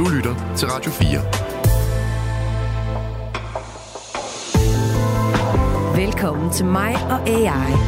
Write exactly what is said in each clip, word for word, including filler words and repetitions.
Du lytter til Radio fire. Velkommen til mig og A I.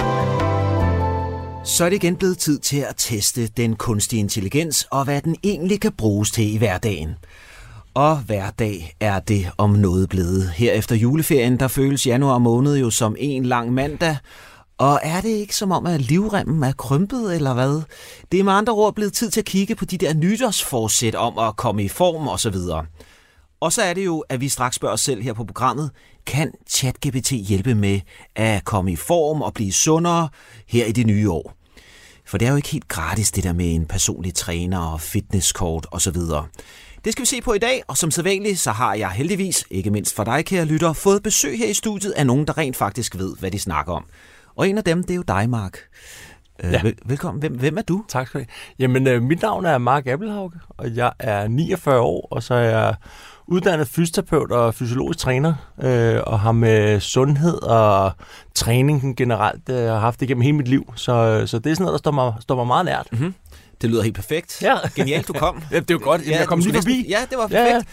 Så er det igen blevet tid til at teste den kunstige intelligens og hvad den egentlig kan bruges til i hverdagen. Og hverdag er det om noget blevet. Her efter juleferien, der føles januar måned jo som en lang mandag. Og er det ikke som om, at livremmen er krympet, eller hvad? Det er med andre ord blevet tid til at kigge på de der nytårsforsæt om at komme i form osv. Og så er det jo, at vi straks spørger os selv her på programmet, kan ChatGPT hjælpe med at komme i form og blive sundere her i det nye år? For det er jo ikke helt gratis, det der med en personlig træner og fitnesskort osv. Det skal vi se på i dag, og som sædvanligt, så har jeg heldigvis, ikke mindst for dig, kære lytter, fået besøg her i studiet af nogen, der rent faktisk ved, hvad de snakker om. Og en af dem, det er jo dig, Mark. Ja. Vel- velkommen. Hvem, hvem er du? Tak skal du have. Jamen, øh, mit navn er Mark Appelhauge, og jeg er niogfyrre år, og så er jeg uddannet fysioterapeut og fysiologisk træner, øh, og har med sundhed og træning generelt øh, haft det gennem hele mit liv. Så, så det er sådan noget, der står mig, står mig meget nært. Mm-hmm. Det lyder helt perfekt. Ja. Genialt, du kom. Ja, det var godt. Jamen, ja, jeg kom lige forbi. Ja, det var perfekt.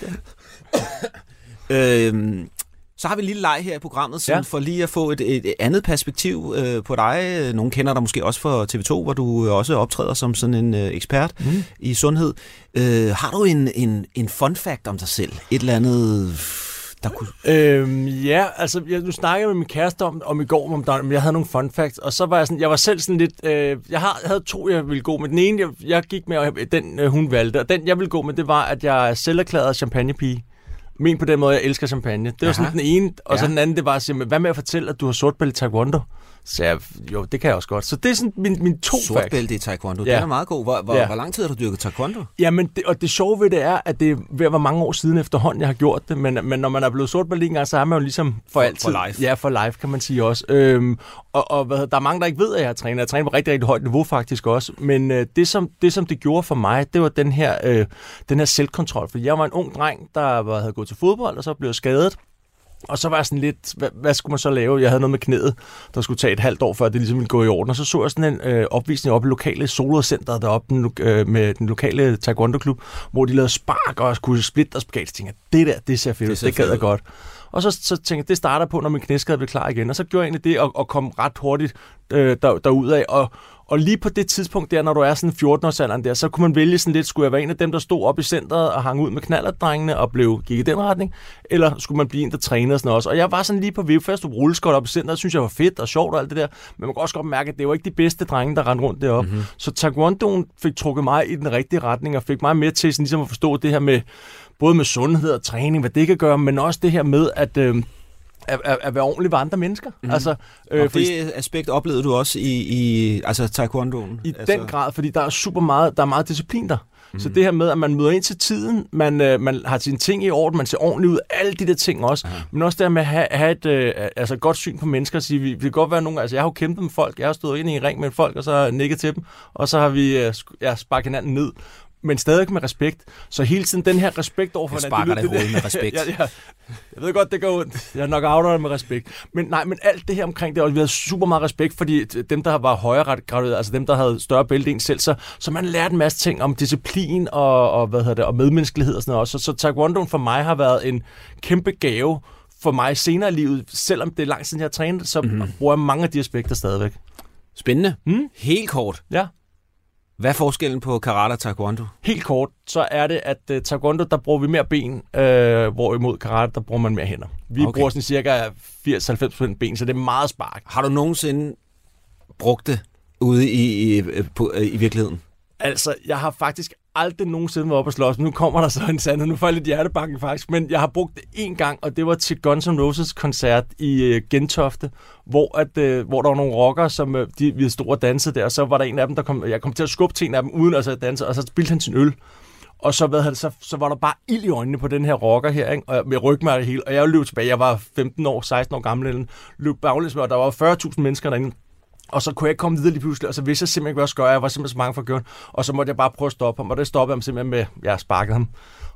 Ja, ja. øhm, så har vi en lille leg her i programmet, sådan, ja. for lige at få et, et andet perspektiv øh, på dig. Nogle kender dig måske også fra T V to, hvor du også optræder som sådan en øh, ekspert mm. i sundhed. Øh, har du en, en, en fun fact om dig selv? Et eller andet... Der kunne... Øhm, ja, altså, jeg, nu snakkede jeg med min kæreste om, om i går, om, der, om jeg havde nogle fun facts, og så var jeg sådan, jeg var selv sådan lidt, øh, jeg, har, jeg havde to, jeg ville gå med. Den ene, jeg, jeg gik med, og den øh, hun valgte, og den, jeg ville gå med, det var, at jeg er selverklæret champagnepige. Men på den måde, jeg elsker champagne. Det var Aha. sådan den ene, og ja. så den anden, det var at sige, hvad med at fortælle, at du har sortbælte i taekwondo? Så jeg, jo, det kan jeg også godt. Så det er sådan min, min to facts. Sortbælte i taekwondo, ja. Det er meget god. Hvor, hvor, ja. hvor lang tid har du dyrket taekwondo? Jamen, det, og det sjove ved det er, at det er ved at være mange år siden efterhånden, jeg har gjort det, men, men når man er blevet sortbælte en gang, så er man jo ligesom for, for altid. For life. Ja, for life, kan man sige også. Øhm, og og hvad, der er mange, der ikke ved, at jeg har trænet. Jeg træner på rigtig, rigtig højt niveau faktisk også. Men øh, det, som, det, som det gjorde for mig, det var den her, øh, den her selvkontrol. For jeg var en ung dreng, der var, havde gået til fodbold, og så blev skadet. Og så var jeg sådan lidt, hvad, hvad skulle man så lave? Jeg havde noget med knæet, der skulle tage et halvt år, før det ligesom ville gå i orden. Og så så jeg sådan en øh, opvisning op i lokale Solrød-centret deroppe den, øh, med den lokale taekwondo-klub, hvor de lavede spark og skulle splitte og spagat. Så tænkte jeg, det der, det ser fedt, det, det gad jeg godt. Og så, så tænkte jeg, det starter på, når min knæskade blev klar igen. Og så gjorde jeg egentlig det og, og kom ret hurtigt øh, der, derudad. Og Og lige på det tidspunkt der, når du er sådan fjorten-årsalderen der, så kunne man vælge sådan lidt, skulle jeg være en af dem, der stod op i centret og hang ud med knallertdrengene og blev, gik i den retning, eller skulle man blive en, der trænede sådan også. Og jeg var sådan lige på viv, først du rulleskot op i centret, synes jeg var fedt og sjovt og alt det der, men man kan også godt mærke, at det var ikke de bedste drenge, der rendte rundt deroppe. Mm-hmm. Så taekwondoen fik trukket mig i den rigtige retning og fik mig med til sådan, ligesom at forstå det her med, både med sundhed og træning, hvad det kan gøre, men også det her med, at... Øh, At, at, at være ordentlig ved andre mennesker. Mm. Altså, øh, og det aspekt oplevede du også i, i altså taekwondoen? I altså... den grad, fordi der er super meget, der er meget disciplin der. Mm. Så det her med, at man møder ind til tiden, man, øh, man har sine ting i orden, man ser ordentligt ud, alle de der ting også. Aha. Men også det med at have, have et øh, altså godt syn på mennesker, og sige, vi, vi kan godt være nogle, altså jeg har jo kæmpet med folk, jeg har stået ind i en ring med folk, og så nikket til dem, og så har vi øh, ja, sparket hinanden ned. Men stadig med respekt. Så hele tiden den her respekt overfor... Jeg sparker dig hovedet med respekt. ja, ja. Jeg ved godt, det går ondt. Jeg er nok afdøjet med respekt. Men nej, men alt det her omkring det, og vi havde super meget respekt, fordi dem, der var højere gradueret, altså dem, der havde større bælte end selv, så, så man lærte en masse ting om disciplin og, og, hvad hedder det, og medmenneskelighed og sådan noget også. Så, så taekwondoen for mig har været en kæmpe gave for mig senere i livet. Selvom det er lang siden, jeg har trænet, så mm-hmm. bruger jeg mange af de aspekter stadigvæk. Spændende. Hmm? Helt kort. Ja. Hvad er forskellen på karate og taekwondo? Helt kort, så er det, at uh, taekwondo, der bruger vi mere ben, øh, hvorimod karate, der bruger man mere hænder. Vi okay. bruger sådan cirka firs til halvfems procent ben, så det er meget spark. Har du nogensinde brugt det ude i, i, på, i virkeligheden? Altså, jeg har faktisk aldrig nogensinde været oppe at slås, men nu kommer der så en sandhed. Nu får jeg lidt hjertebanken faktisk, men jeg har brugt det én gang, og det var til Guns N' Roses koncert i uh, Gentofte, hvor, at, uh, hvor der var nogle rockere, som uh, de, vi stod og dansede der, og så var der en af dem, der kom, jeg kom til at skubbe til en af dem, uden altså at danse, og så spildte han sin øl. Og så, hvad det, så, så var der bare ild i øjnene på den her rocker her, ikke? Og med rygmærke det hele, og jeg løb tilbage, jeg var femten år, seksten år gammel, eller løb baglæns med, og der var fyrre tusind mennesker derinde. Og så kunne jeg ikke komme videre lige pludselig, og så vidste jeg simpelthen ikke, hvad jeg skulle gøre. Jeg var simpelthen så mange for at gøre, og så måtte jeg bare prøve at stoppe ham, og det stoppede ham simpelthen med, jeg sparkede ham.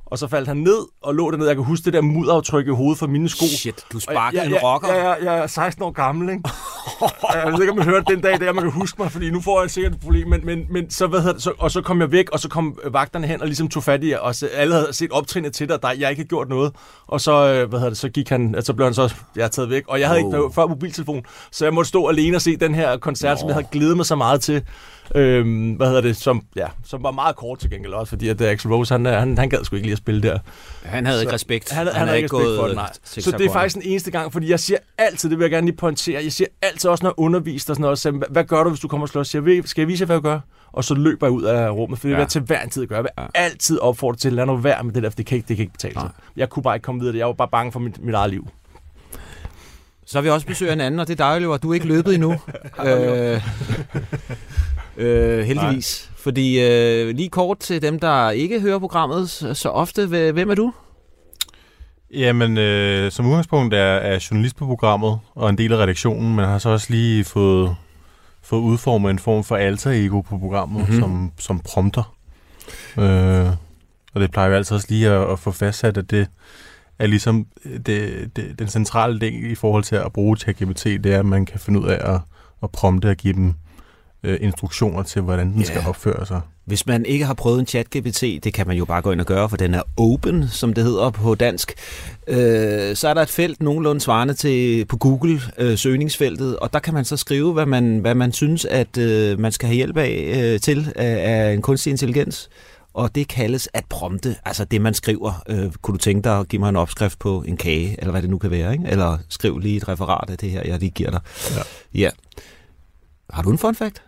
og så faldt han ned og lå dernede. Jeg kan huske det der mudaftryk i hovedet fra mine sko. Shit, du sparkede en jeg, rocker. Ja, ja, jeg er seksten år gammel, ikke? Jeg ved ikke, om man hørte den dag der, man kan huske mig, fordi nu får jeg sikkert et problem. Men, men, men så, hvad det, så, og så kom jeg væk, og så kom vagterne hen og ligesom tog fat i, og så, alle havde set optrinnet til dig, der jeg ikke havde gjort noget. Og så, hvad det, så gik han, så blev han så jeg er taget væk. Og jeg havde oh. ikke før mobiltelefon, så jeg måtte stå alene og se den her koncert, no. som jeg havde glædet mig så meget til. Øhm, hvad hedder det, som, ja, som var meget kort til gengæld også, fordi at Axl Rose, han, han, han gad sgu ikke lige at spille der. Han havde så, ikke respekt. Han, han, han havde ikke respekt for det, nej. Så det er faktisk den eneste gang, fordi jeg siger altid, det vil jeg gerne lige pointere, jeg siger altid også, når jeg underviser og sådan noget, så, hvad, hvad gør du, hvis du kommer og slår? Siger, skal jeg vise jer, hvad jeg gør? Og så løber jeg ud af rummet, for det vil ja. jeg til hver en tid gøre. Jeg vil ja. altid opfordre til, lad nu være med det der, for det kan ikke, det kan ikke betale sig. Ja. Jeg kunne bare ikke komme videre, jeg var bare bange for mit, mit eget liv. Så har vi også besøgt en anden, og det er dejligt, at du er ikke løbet endnu. øh, øh, heldigvis. Nej. Fordi øh, lige kort til dem, der ikke hører programmet så ofte, hvem er du? Jamen, øh, som udgangspunkt er jeg journalist på programmet, og en del af redaktionen, men har så også lige fået, fået udformet en form for alter ego på programmet, mm-hmm. som, som prompter. Øh, og det plejer jo altid også lige at, at få fastsat, at det er ligesom det, det, den centrale del i forhold til at bruge ChatGPT, det er, at man kan finde ud af at, at prompte og give dem øh, instruktioner til, hvordan den yeah. skal opføre sig. Hvis man ikke har prøvet en ChatGPT, det kan man jo bare gå ind og gøre, for den er open, som det hedder på dansk. Øh, så er der et felt nogenlunde svarende til på Google øh, søgningsfeltet, og der kan man så skrive, hvad man, hvad man synes, at øh, man skal have hjælp af øh, til af, af en kunstig intelligens. Og det kaldes at prompte, altså det man skriver. Øh, kunne du tænke dig at give mig en opskrift på en kage, eller hvad det nu kan være, ikke? Eller skriv lige et referat af det her, jeg lige giver dig. Ja. ja. Har du en fun fact?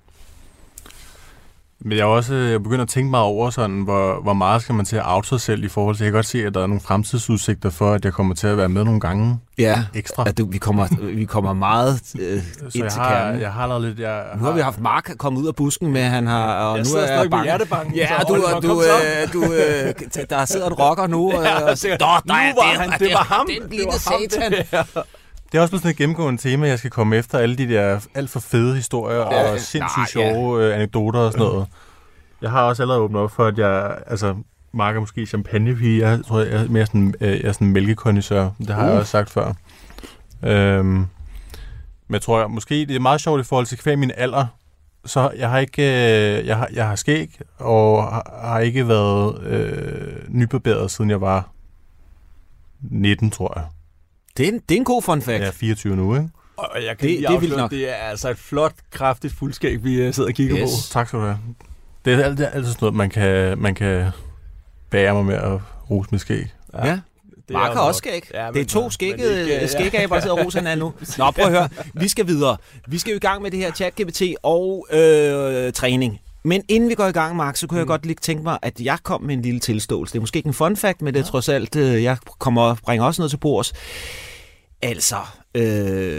Men jeg også jeg begynder at tænke mig over, sådan, hvor, hvor meget skal man til at out sig selv i forhold til, jeg kan godt se, at der er nogle fremtidsudsigter for, at jeg kommer til at være med nogle gange ja, ekstra. At du, vi, kommer, vi kommer meget øh, ind til kernen. Jeg har lavet lidt... Jeg nu har, har vi haft Mark kommet ud af busken med, han har... Og jeg nu er jeg bange. Ja, du, du, øh, du, øh, der sidder et rocker nu. Øh, ja, og siger, der er det, han, det var ham. Den lille satan. Det er også blevet sådan et gennemgående tema, jeg skal komme efter alle de der alt for fede historier ja, og sindssygt sjove ja. anekdoter og sådan noget. Jeg har også allerede åbnet op for, at jeg, altså, Mark er måske champagnepige. Jeg tror, jeg er mere sådan, jeg er sådan en mælkekondisør. Det har uh. jeg også sagt før. Øhm, men jeg tror, jeg, måske det er meget sjovt i forhold til kvæg min alder. Så jeg har ikke, øh, jeg har, jeg har skæg, og har, har ikke været øh, nybarberet, siden jeg var nitten, tror jeg. Det er en, det er en god fun fact. Jeg er fireogtyve nu, ikke? Og jeg kan det, det, er vildt nok. Det er altså et flot, kraftigt fuldskæg, vi sidder og kigger yes. på. Tak skal du have. Det er altid, altid sådan noget, man kan, man kan bære mig med at rose med skæg. Ja. ja. Mark har også skæg. Ja, det er to skæggede skægaber, der sidder og roser hinanden nu. Nå, prøv at høre. Vi skal videre. Vi skal jo i gang med det her ChatGPT og øh, træning. Men inden vi går i gang, Mark, så kunne mm. jeg godt lige tænke mig, at jeg kom med en lille tilståelse. Det er måske ikke en fun fact, men det er ja. trods alt, øh, jeg kommer og bringer også noget til bords. Altså... Øh,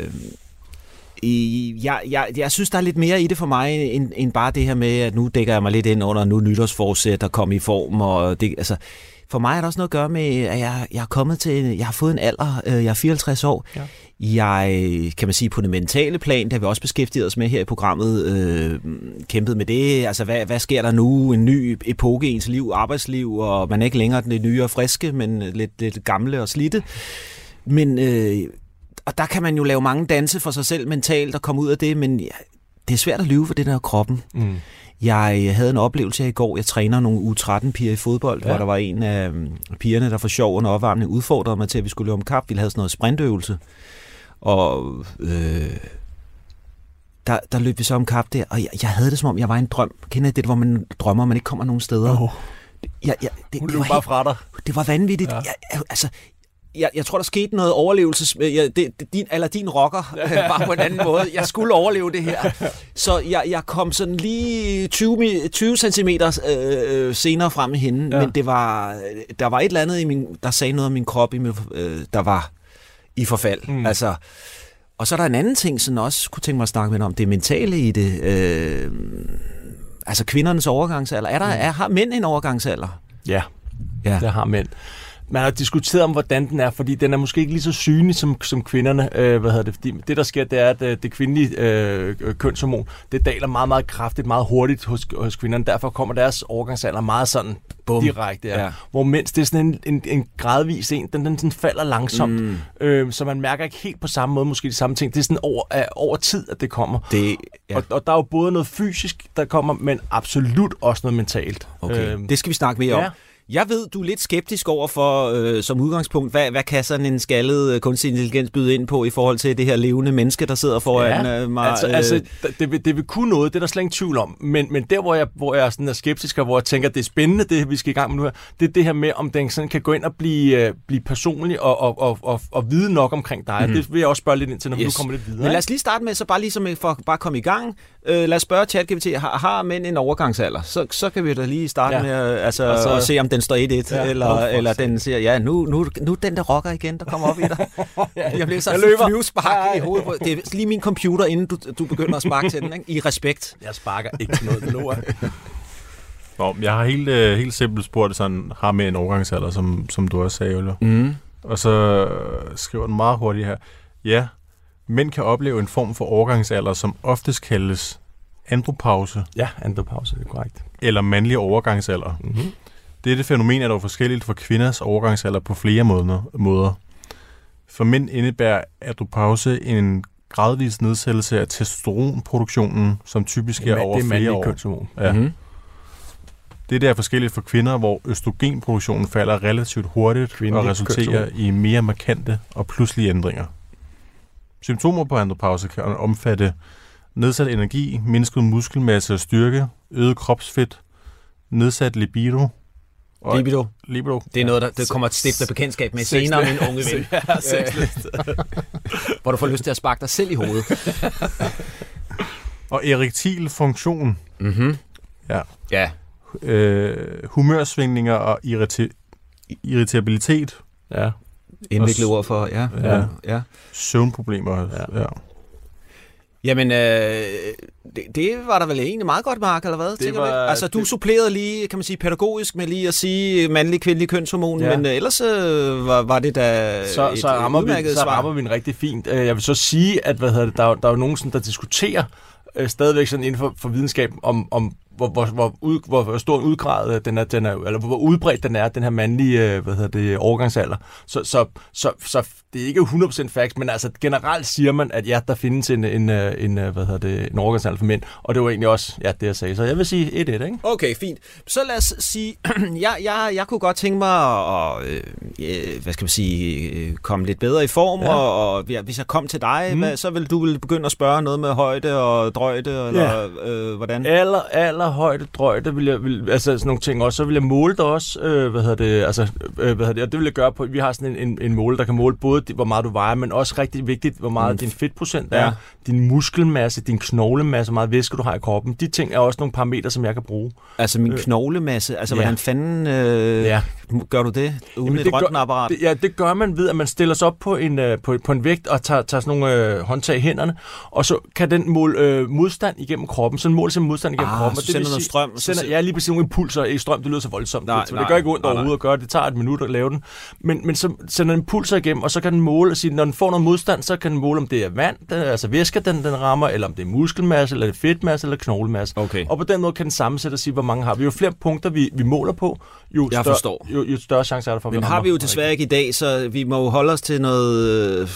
Jeg, jeg, jeg synes, der er lidt mere i det for mig, end, end bare det her med, at nu dækker jeg mig lidt ind under nu nytårsforsæt, der kom i form. Og det, altså, for mig er der også noget at gøre med, at jeg, jeg er kommet til, jeg har fået en alder, jeg er fireoghalvtreds år. Ja. Jeg, kan man sige, på det mentale plan, det har vi også beskæftiget os med her i programmet, øh, kæmpet med det. Altså, hvad, hvad sker der nu? En ny epoke i ens liv, arbejdsliv, og man er ikke længere den nye og friske, men lidt, lidt gamle og slidte. Men... Øh, Og der kan man jo lave mange danse for sig selv mentalt og komme ud af det, men ja, det er svært at lyve for det der kroppen. Mm. Jeg havde en oplevelse her i går. Jeg træner nogle U tretten-piger i fodbold, ja. hvor der var en af pigerne, der for sjov under opvarmning udfordrede mig til, at vi skulle løbe om kap. Vi havde sådan noget sprintøvelse. Og øh, der, der løb vi så om kap der, og jeg, jeg havde det som om, jeg var en drøm. Kender det, hvor man drømmer, man ikke kommer nogen steder? Oh. Jeg, jeg, det, Hun det var bare fra dig. Det var vanvittigt. Ja. Jeg, altså... Jeg, jeg tror, der skete noget overlevelses... Jeg, det, din, eller din rocker, ja. bare på en anden måde. Jeg skulle overleve det her. Så jeg, jeg kom sådan lige tyve centimeter øh, senere frem i hende, ja. men det var, der var et eller andet, i min, der sagde noget om min krop, i min, øh, der var i forfald. Mm. Altså, og så er der en anden ting, som også kunne tænke mig at snakke med om, det mentale i det. Øh, altså kvindernes overgangsalder. Er der, er, har mænd en overgangsalder? Ja, ja. Det har mænd. man har diskuteret om, hvordan den er, fordi den er måske ikke lige så synlig som, som kvinderne. Øh, hvad hedder det? Fordi det, der sker, det er, at øh, det kvindelige øh, kønshormon, det daler meget, meget kraftigt, meget hurtigt hos, hos kvinderne. Derfor kommer deres overgangsalder meget sådan Bum. direkte. Ja. Ja. Hvor mens det er sådan en, en, en gradvis en, den, den sådan falder langsomt. Mm. Øh, så man mærker ikke helt på samme måde, måske de samme ting. Det er sådan over, uh, over tid, at det kommer. Det, ja. og, og der er jo både noget fysisk, der kommer, men absolut også noget mentalt. Okay. Øh, det skal vi snakke mere ja. om. Jeg ved, du er lidt skeptisk over for, øh, som udgangspunkt, hvad, hvad kan sådan en skaldet øh, kunstig intelligens byde ind på i forhold til det her levende menneske, der sidder foran ja, øh, mig? Altså, øh... altså det, vil, det vil kunne noget, det er der slet ingen tvivl om. Men, men der, hvor jeg, hvor jeg sådan er skeptisk, og hvor jeg tænker, det er spændende, det vi skal i gang med nu her, det er det her med, om den sådan kan gå ind og blive, øh, blive personlig og, og, og, og, og vide nok omkring dig. Mm. Det vil jeg også spørge lidt ind til, når yes. vi nu kommer lidt videre. Men lad os lige starte med, så bare ligesom for at bare komme i gang. Øh, lad os spørge ChatGPT, har, har mænd en overgangsalder? Så, så kan vi da lige starte ja. med altså, altså, at se, om den står et et, ja, eller, eller den siger, ja, nu, nu, nu den der rocker igen, der kommer op i dig. Jeg bliver så et flyvespark i hovedet på. Det er lige min computer, inden du, du begynder at sparke til den, ikke? I respekt. Jeg sparker ikke til noget, det lover. Nå, jeg har helt, øh, helt simpelt spurgt, sådan, har med en overgangsalder, som, som du også sagde, Oliver. Mm. Og så skriver den meget hurtigt her. Ja, mænd kan opleve en form for overgangsalder, som oftest kaldes andropause. Ja, andropause, det er korrekt. Eller mandlig overgangsalder. Mm-hmm. Dette fænomen er dog forskelligt for kvinders overgangsalder på flere måder. For mænd indebærer andropause en gradvis nedsættelse af testosteronproduktionen, som typisk sker over flere år. Kønshormon. Ja. Mm-hmm. Det er forskelligt for kvinder, hvor østrogenproduktionen falder relativt hurtigt Kvindelig og resulterer kønshormon. i mere markante og pludselige ændringer. Symptomer på andropause kan omfatte nedsat energi, mindsket muskelmasse og styrke, øget kropsfedt, nedsat libido. Libido. Libido. Det er noget, der, der kommer et stifter bekendtskab med senere, min unge ven. Ja, hvor du får lyst til at sparke dig selv i hovedet. Og erektil funktion. Mhm. Ja. Ja. Øh, humørsvingninger og irrita- irritabilitet. Ja. Indviklet ord for, ja. Ja. ja. Søvnproblemer. Ja. ja. Jamen, øh, det, det var der vel egentlig meget godt, Mark, eller hvad? Var, altså, du det... supplerede lige, kan man sige, pædagogisk med lige at sige mandlig, kvindelig kønshormon, ja. men øh, ellers øh, var, var det da så, et så rammer udmærket vi, svar. Så rammer vi en rigtig fint. Jeg vil så sige, at hvad hedder det, der, der er jo nogen, sådan, der diskuterer øh, stadigvæk sådan inden for, for videnskab om, om hvor, hvor, hvor, ud, hvor stor en udgrad den er, den er, eller hvor udbredt den er, den her mandlige hvad hedder det, overgangsalder. Så, så, så, så det er ikke hundrede procent facts, men altså generelt siger man, at ja, der findes en, en, en, hvad hedder det, en overgangsalder for mænd, og det var egentlig også ja, det, jeg sagde. Så jeg vil sige et et, ikke? Okay, fint. Så lad os sige, jeg, jeg, jeg kunne godt tænke mig at, øh, hvad skal man sige, komme lidt bedre i form, ja. og, og ja, hvis jeg kom til dig, mm. hvad, så vil du vil begynde at spørge noget med højde og drøjde, eller ja. øh, hvordan? Aller, aller højde, drøjde, vil jeg, vil, altså sådan nogle ting også. Så vil jeg måle dig også, øh, hvad hedder det, altså, øh, hvad hedder det, og det vil jeg gøre på, vi har sådan en, en, en måle, der kan måle både, hvor meget du vejer, men også rigtig vigtigt, hvor meget mm. din fedtprocent er, ja. din muskelmasse, din knoglemasse, hvor meget væske du har i kroppen. De ting er også nogle parametre, som jeg kan bruge. Altså min knoglemasse, altså ja. hvordan fanden øh, ja. gør du det, uden Jamen, et røntgenapparat? Det, ja, det gør man ved, at man stiller sig op på en, øh, på, på en vægt og tager, tager sådan nogle øh, håndtag i hænderne, og så kan den måle øh, modstand igennem kroppen. Så den måler simpelthen modstand igennem ah, kroppen. Så det sender noget strøm? Sender, ja, lige præcis nogle impulser i strøm. Det lyder så voldsomt. Nej, så nej, det gør ikke ondt overhovedet at gøre det. Det tager et minut at lave den. Men, men så sender den impulser igennem, og så kan den måle og sige, når den får noget modstand, så kan den måle, om det er vand, den, altså væske, den, den rammer, eller om det er muskelmasse, eller det er fedtmasse, eller knoglemasse. Okay. Og på den måde kan den sammensætte og sige, hvor mange har vi. Jo flere punkter, vi, vi måler på, jo større, jo, jo større chance er der for, at Men har vi jo desværre ikke i dag, så vi må jo holde os til noget...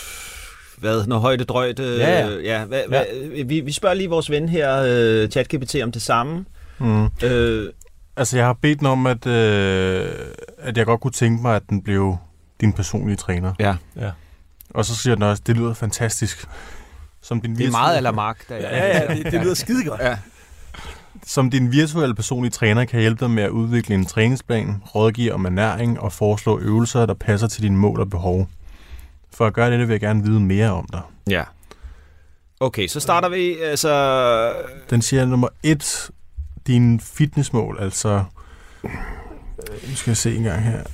Hvad? Noget højde, drøjde? Ja, ja. ja, hvad, ja. Hvad, vi, vi spørger lige vores ven her, uh, ChatGPT, om det samme. Mm. Uh, altså, jeg har bedt den om, at, uh, at jeg godt kunne tænke mig, at den blev din personlige træner. Ja. ja. Og så siger den også, det lyder fantastisk. Som din det er meget eller Mark. Der, ja, ja, ja, det, det lyder skidegodt. Ja. Som din virtuelle personlige træner kan hjælpe dig med at udvikle en træningsplan, rådgive om ernæring og foreslå øvelser, der passer til dine mål og behov. For at gøre det, vil jeg gerne vide mere om dig. Ja. Okay, så starter vi, altså... Den siger nummer et, dine fitnessmål, altså... Nu skal jeg se en gang her.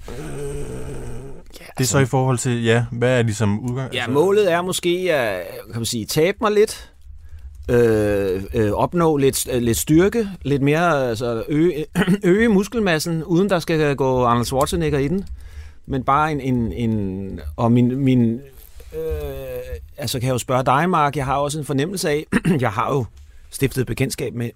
Det er så i forhold til, ja, hvad er ligesom udgang? Ja, målet er måske at, kan man sige, tabe mig lidt. øh, øh, opnå lidt, øh, lidt styrke, lidt mere, altså øge, øge muskelmassen, uden der skal gå Arnold Schwarzenegger i den. Men bare en... en, en og min... min øh, altså kan jeg jo spørge dig, Mark, jeg har også en fornemmelse af, jeg har jo stiftet bekendtskab med...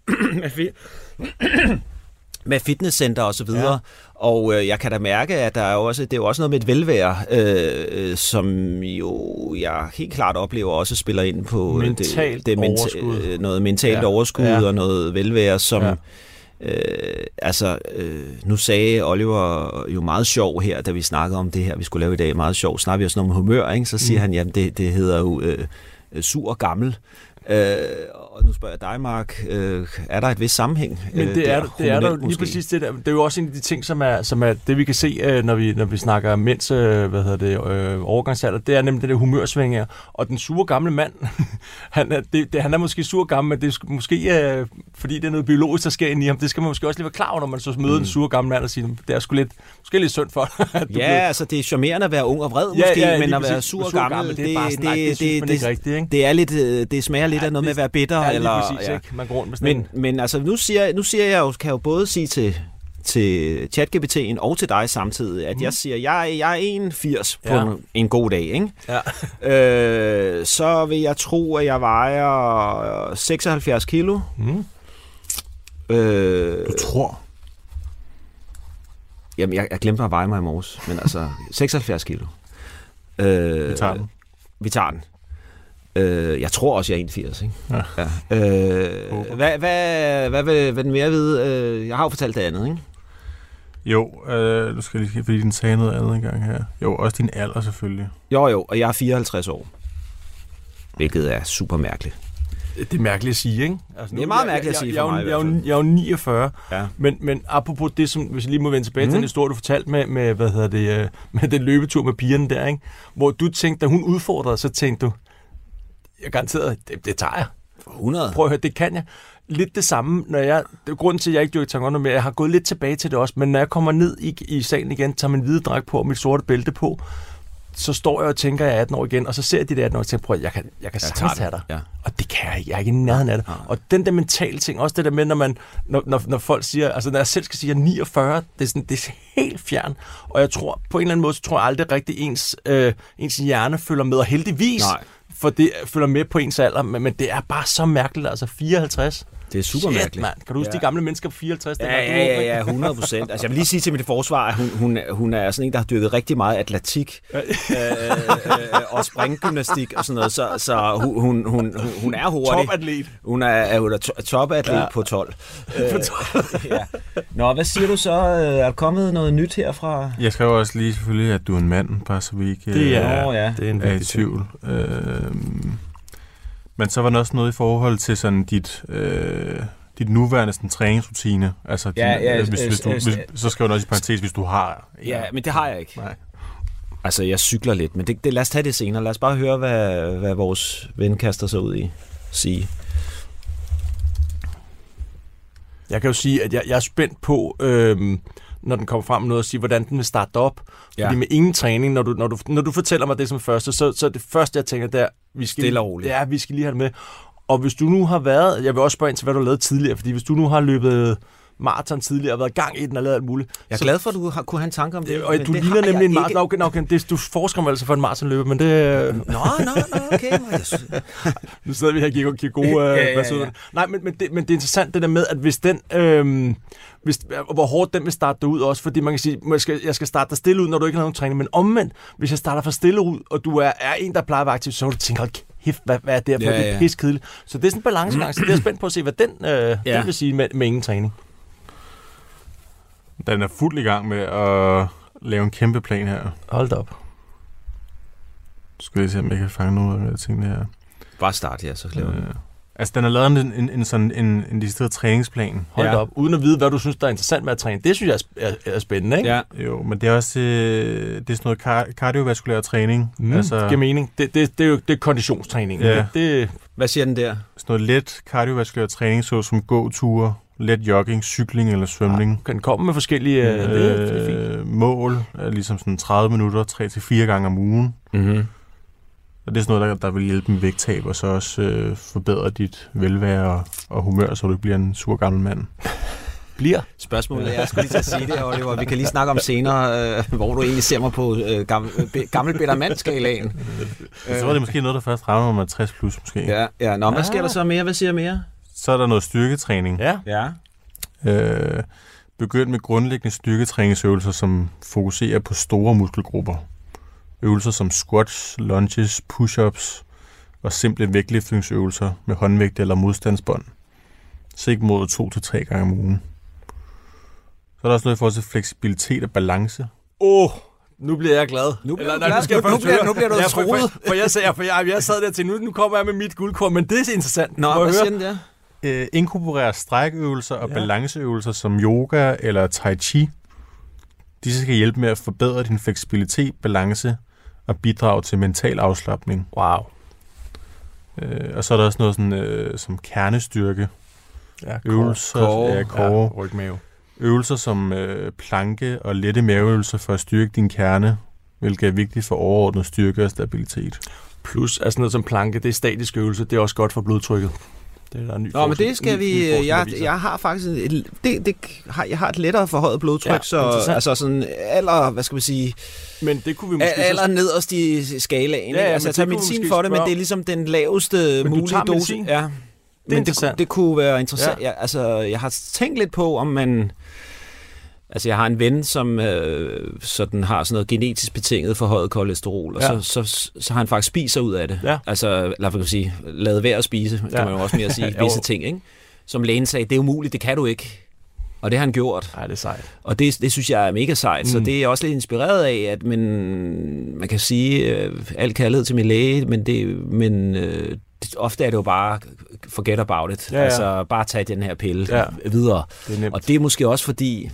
med fitnesscenter og så videre, ja. Og øh, jeg kan da mærke, at der er også, det er jo også noget med et velvære, øh, som jo jeg helt klart oplever også spiller ind på mentalt det, det overskud. Menta- noget mentalt ja. overskud ja. og noget velvære, som ja. øh, altså øh, nu sagde Oliver jo meget sjov her, da vi snakkede om det her, vi skulle lave i dag, meget sjov, snakker vi også om humør, ikke? Så siger mm. han, jamen det, det hedder jo øh, sur og gammel. Øh, og nu spørger jeg dig, Mark, øh, er der et vis sammenhæng? Men det er, det er der jo lige præcis det der. Det er jo også en af de ting, som er, som er det, vi kan se, øh, når, vi, når vi snakker mænds øh, hvad hedder det, øh, overgangsalder. Det er nemlig det der humørsving. Og den sure gamle mand, han, er, det, det, han er måske sur gammel, men det er måske, øh, fordi det er noget biologisk, der sker ind i ham. Det skal man måske også lige være klar over, når man så møder mm. en sur gammel mand og siger, det er sgu lidt, måske lidt synd for dig. Ja, bliver... altså det er charmerende at være ung og vred måske, ja, ja, men at være sur og gammel, gammel, det, det, det, det, det, det, det, rigtigt, ikke? Det er lidt, det smager lidt ja, af noget det, med at være bitter. Ja, eller, præcis, ja. Ikke? Man går rundt med men, men altså, nu siger, nu siger jeg jo, kan jeg jo både sige til, til ChatGPT'en og til dig samtidig, at mm. jeg siger, jeg, jeg er en komma firs på ja. en, en god dag, ikke? Ja. øh, så vil jeg tro, at jeg vejer seksoghalvfjerds kilo. Mm. Øh, du tror? Jamen, jeg, jeg glemte at veje mig i morges, men altså, seksoghalvfjerds kilo. Øh, vi tager den. Vi tager den. Øh, jeg tror også, jeg er en komma firs, ikke? Ja. Ja. Øh, hvad, hvad, hvad vil, vil den mere vide? Øh, jeg har jo fortalt det andet, ikke? Jo, øh, du skal lige, fordi den sagde noget andet engang her. Jo, også din alder selvfølgelig. Jo, jo, og jeg er fireoghalvtreds år. Hvilket er super mærkeligt. Det er mærkeligt at sige, ikke? Altså, det er meget mærkeligt at sige for mig. Jeg, jeg, jeg, jeg er jo niogfyrre, ja. men, men apropos det, som, hvis jeg lige må vende tilbage mm. til den historie, du fortalte med, med, hvad hedder det, med den løbetur med pigerne der, ikke? Hvor du tænkte, da hun udfordrede, så tænkte du, jeg garanteret, det, det tager jeg. hundrede Prøv at høre, det kan jeg. Lidt det samme, når jeg, det er grunden til, at jeg ikke dyrker taekwondo mere, jeg har gået lidt tilbage til det også, men når jeg kommer ned i, i salen igen, tager min hvide dragt på og mit sorte bælte på, så står jeg og tænker, at jeg er atten år igen, og så ser jeg de der atten år og tænker, prøv, jeg kan, jeg kan sagtens tage dig. Ja. Og det kan jeg ikke. Jeg er ikke i nærheden af det. Ja. Og den der mentale ting, også det der med, når, man, når, når, når folk siger, altså når jeg selv skal sige, at jeg er niogfyrre, det er, sådan, det er helt fjern. Og jeg tror, på en eller anden måde, så tror jeg aldrig rigtig, ens, øh, ens hjerne følger med, og heldigvis, Nej. for det følger med på ens alder, men, men det er bare så mærkeligt, altså fireoghalvtreds. Det er super mærkeligt. Shit, mand. Kan du huske ja. de gamle mennesker på fireoghalvtreds? Ja, ja, ja, ja, hundrede procent. Altså, jeg vil lige sige til mit forsvar, at hun, hun, hun er sådan en, der har dyrket rigtig meget atletik øh, øh, og springgymnastik og sådan noget, så, så hun, hun, hun, hun er hurtig. Topatlet. Hun er, er topatlet ja. på tolv. Øh, ja. Nå, hvad siger du så? Er der kommet noget nyt herfra? Jeg skrev også lige selvfølgelig, at du er en mand, bare så vi ikke det er, øh, ja. det er, en er i tvivl. Øh, Men så var der også noget i forhold til sådan dit, øh, dit nuværende sådan, træningsrutine. Altså, ja, din, ja, hvis, hvis, hvis du, hvis, så skal du også i parentes, hvis du har... Ja, ja, men det har jeg ikke. Nej. Altså, jeg cykler lidt, men det, det, lad os tage det senere. Lad os bare høre, hvad, hvad vores ven kaster sig ud i. Sige. Jeg kan jo sige, at jeg, jeg er spændt på... Øh, når den kommer frem med noget, at sige, hvordan den vil starte op. Ja. Fordi med ingen træning, når du, når, du, når du fortæller mig det som første, så, så det første, jeg tænker, der, vi skal, Stille og roligt. Ja, vi skal lige have det med. Og hvis du nu har været, jeg vil også spørge ind til, hvad du har lavet tidligere, fordi hvis du nu har løbet maraton tidligere og været i gang i den og lavet alt muligt. Jeg er så, glad for, at du har, kunne have en tanke om det. Og du det ligner nemlig en maraton. Okay, okay, det, du forsker mig altså for en maratonløber, men det... Nå, nå, nå, okay. Nu sidder vi her og giver, giver gode... ja, ja, ja, ja. Nej, men, men, det, men det er interessant det der med, at hvis den... Øhm, hvis, hvor hårdt den vil starte dig ud også, fordi man kan sige, jeg skal, jeg skal starte dig stille ud, når du ikke har nogen træning, men omvendt, hvis jeg starter for stille ud, og du er, er en, der plejer at være aktiv, så vil du tænke, hold kæft, hvad, hvad er det her for? Ja, ja. Det er piskedeligt. Så det er sådan en balancegang, så det er spændt på at se, hvad den, øh, ja. den vil sige med, med ingen træning. Den er fuld i gang med at lave en kæmpe plan her. Hold da op. Skal vi se, om jeg kan fange nogle af tingene her. Bare start her, så laver øh, Altså, den har lavet en, en, en, sådan en, en decideret træningsplan. Hold da op. Uden at vide, hvad du synes, der er interessant med at træne. Det synes jeg er, er, er spændende, ikke? Ja. Jo, men det er også øh, det er sådan noget kar- kardiovaskulær træning. Mm, altså, det giver mening. Det, det, det er jo det er konditionstræning. Ja. Det, hvad siger den der? Sådan noget let kardiovaskulær træning, så som gåture, let jogging, cykling eller svømning. Ja, kan komme med forskellige øh, det, det er fint. mål, er ligesom sådan tredive minutter, tre til fire gange om ugen. Mhm. Og det er sådan noget, der, der vil hjælpe med vægttab, og så også øh, forbedre dit velvære og, og humør, så du ikke bliver en sur gammel mand. Bliver? Spørgsmålet, jeg skulle lige til at sige det, Oliver. Vi kan lige snakke om senere, øh, hvor du egentlig ser mig på øh, gammel, be, gammel bitter mand-skalaen. Så var det måske noget, der først rammer mig tres plus, måske. Ja, ja. Nå, hvad sker der så mere? Hvad siger mere? Så er der noget styrketræning. Ja. Ja. Øh, begynd med grundlæggende styrketræningsøvelser, som fokuserer på store muskelgrupper. Øvelser som squats, lunges, push-ups og simple vægtløftningsøvelser med håndvægt eller modstandsbånd. Sigt mod to til tre gange om ugen. Så er der også noget i forhold til fleksibilitet og balance. Åh, oh, nu bliver jeg glad. Nu bliver, Eller, du nej, glad. Nu, nu, bliver, nu bliver du ja, troet. For, for, for, jeg, sagde, for jeg, jeg sad der til, nu, nu kommer jeg med mit guldkorn, men det er interessant. Nå, hvad siger den der? Øh, inkorporere strækøvelser og ja. balanceøvelser som yoga eller tai chi. Disse skal hjælpe med at forbedre din fleksibilitet, balance og bidrage til mental afslapning. Wow. Øh, og så er der også noget sådan, øh, som kernestyrke. Ja, øvelser, core, ja, core. Ja, rygmave. Øvelser som øh, planke og lette maveøvelser for at styrke din kerne, hvilket er vigtigt for overordnet styrke og stabilitet. Plus, altså noget som planke, det er statisk øvelse, det er også godt for blodtrykket. Det er der en ny Nå, men det skal ny, vi... ny jeg, jeg har faktisk... Et, det, det, har, jeg har et lettere forhøjet blodtryk, ja, så altså sådan aller... Hvad skal vi sige... Men det kunne vi måske... Aller så... nederst i skalaen. Ja, ja, altså, jeg tager medicin for det, men det er ligesom den laveste men mulige dose. Medicin? Ja. Det men det, det kunne være interessant. Ja. Jeg, altså, jeg har tænkt lidt på, om man... Altså, jeg har en ven, som øh, sådan har sådan noget genetisk betinget forhøjet kolesterol, og ja. så, så, så har han faktisk spiser ud af det. Ja. Altså, lad mig sige, lavet være at spise, ja. kan man jo også mere sige, visse ting, ikke? Som lægen sagde, det er umuligt, det kan du ikke. Og det har han gjort. Nej, det er sejt. Og det, det synes jeg er mega sejt, mm. så det er jeg også lidt inspireret af, at man, man kan sige, øh, alt kærlighed til min læge, men, det, men øh, det, ofte er det jo bare forget about it. Ja, ja. Altså, bare tage den her pille ja. videre. Det er og det er måske også fordi...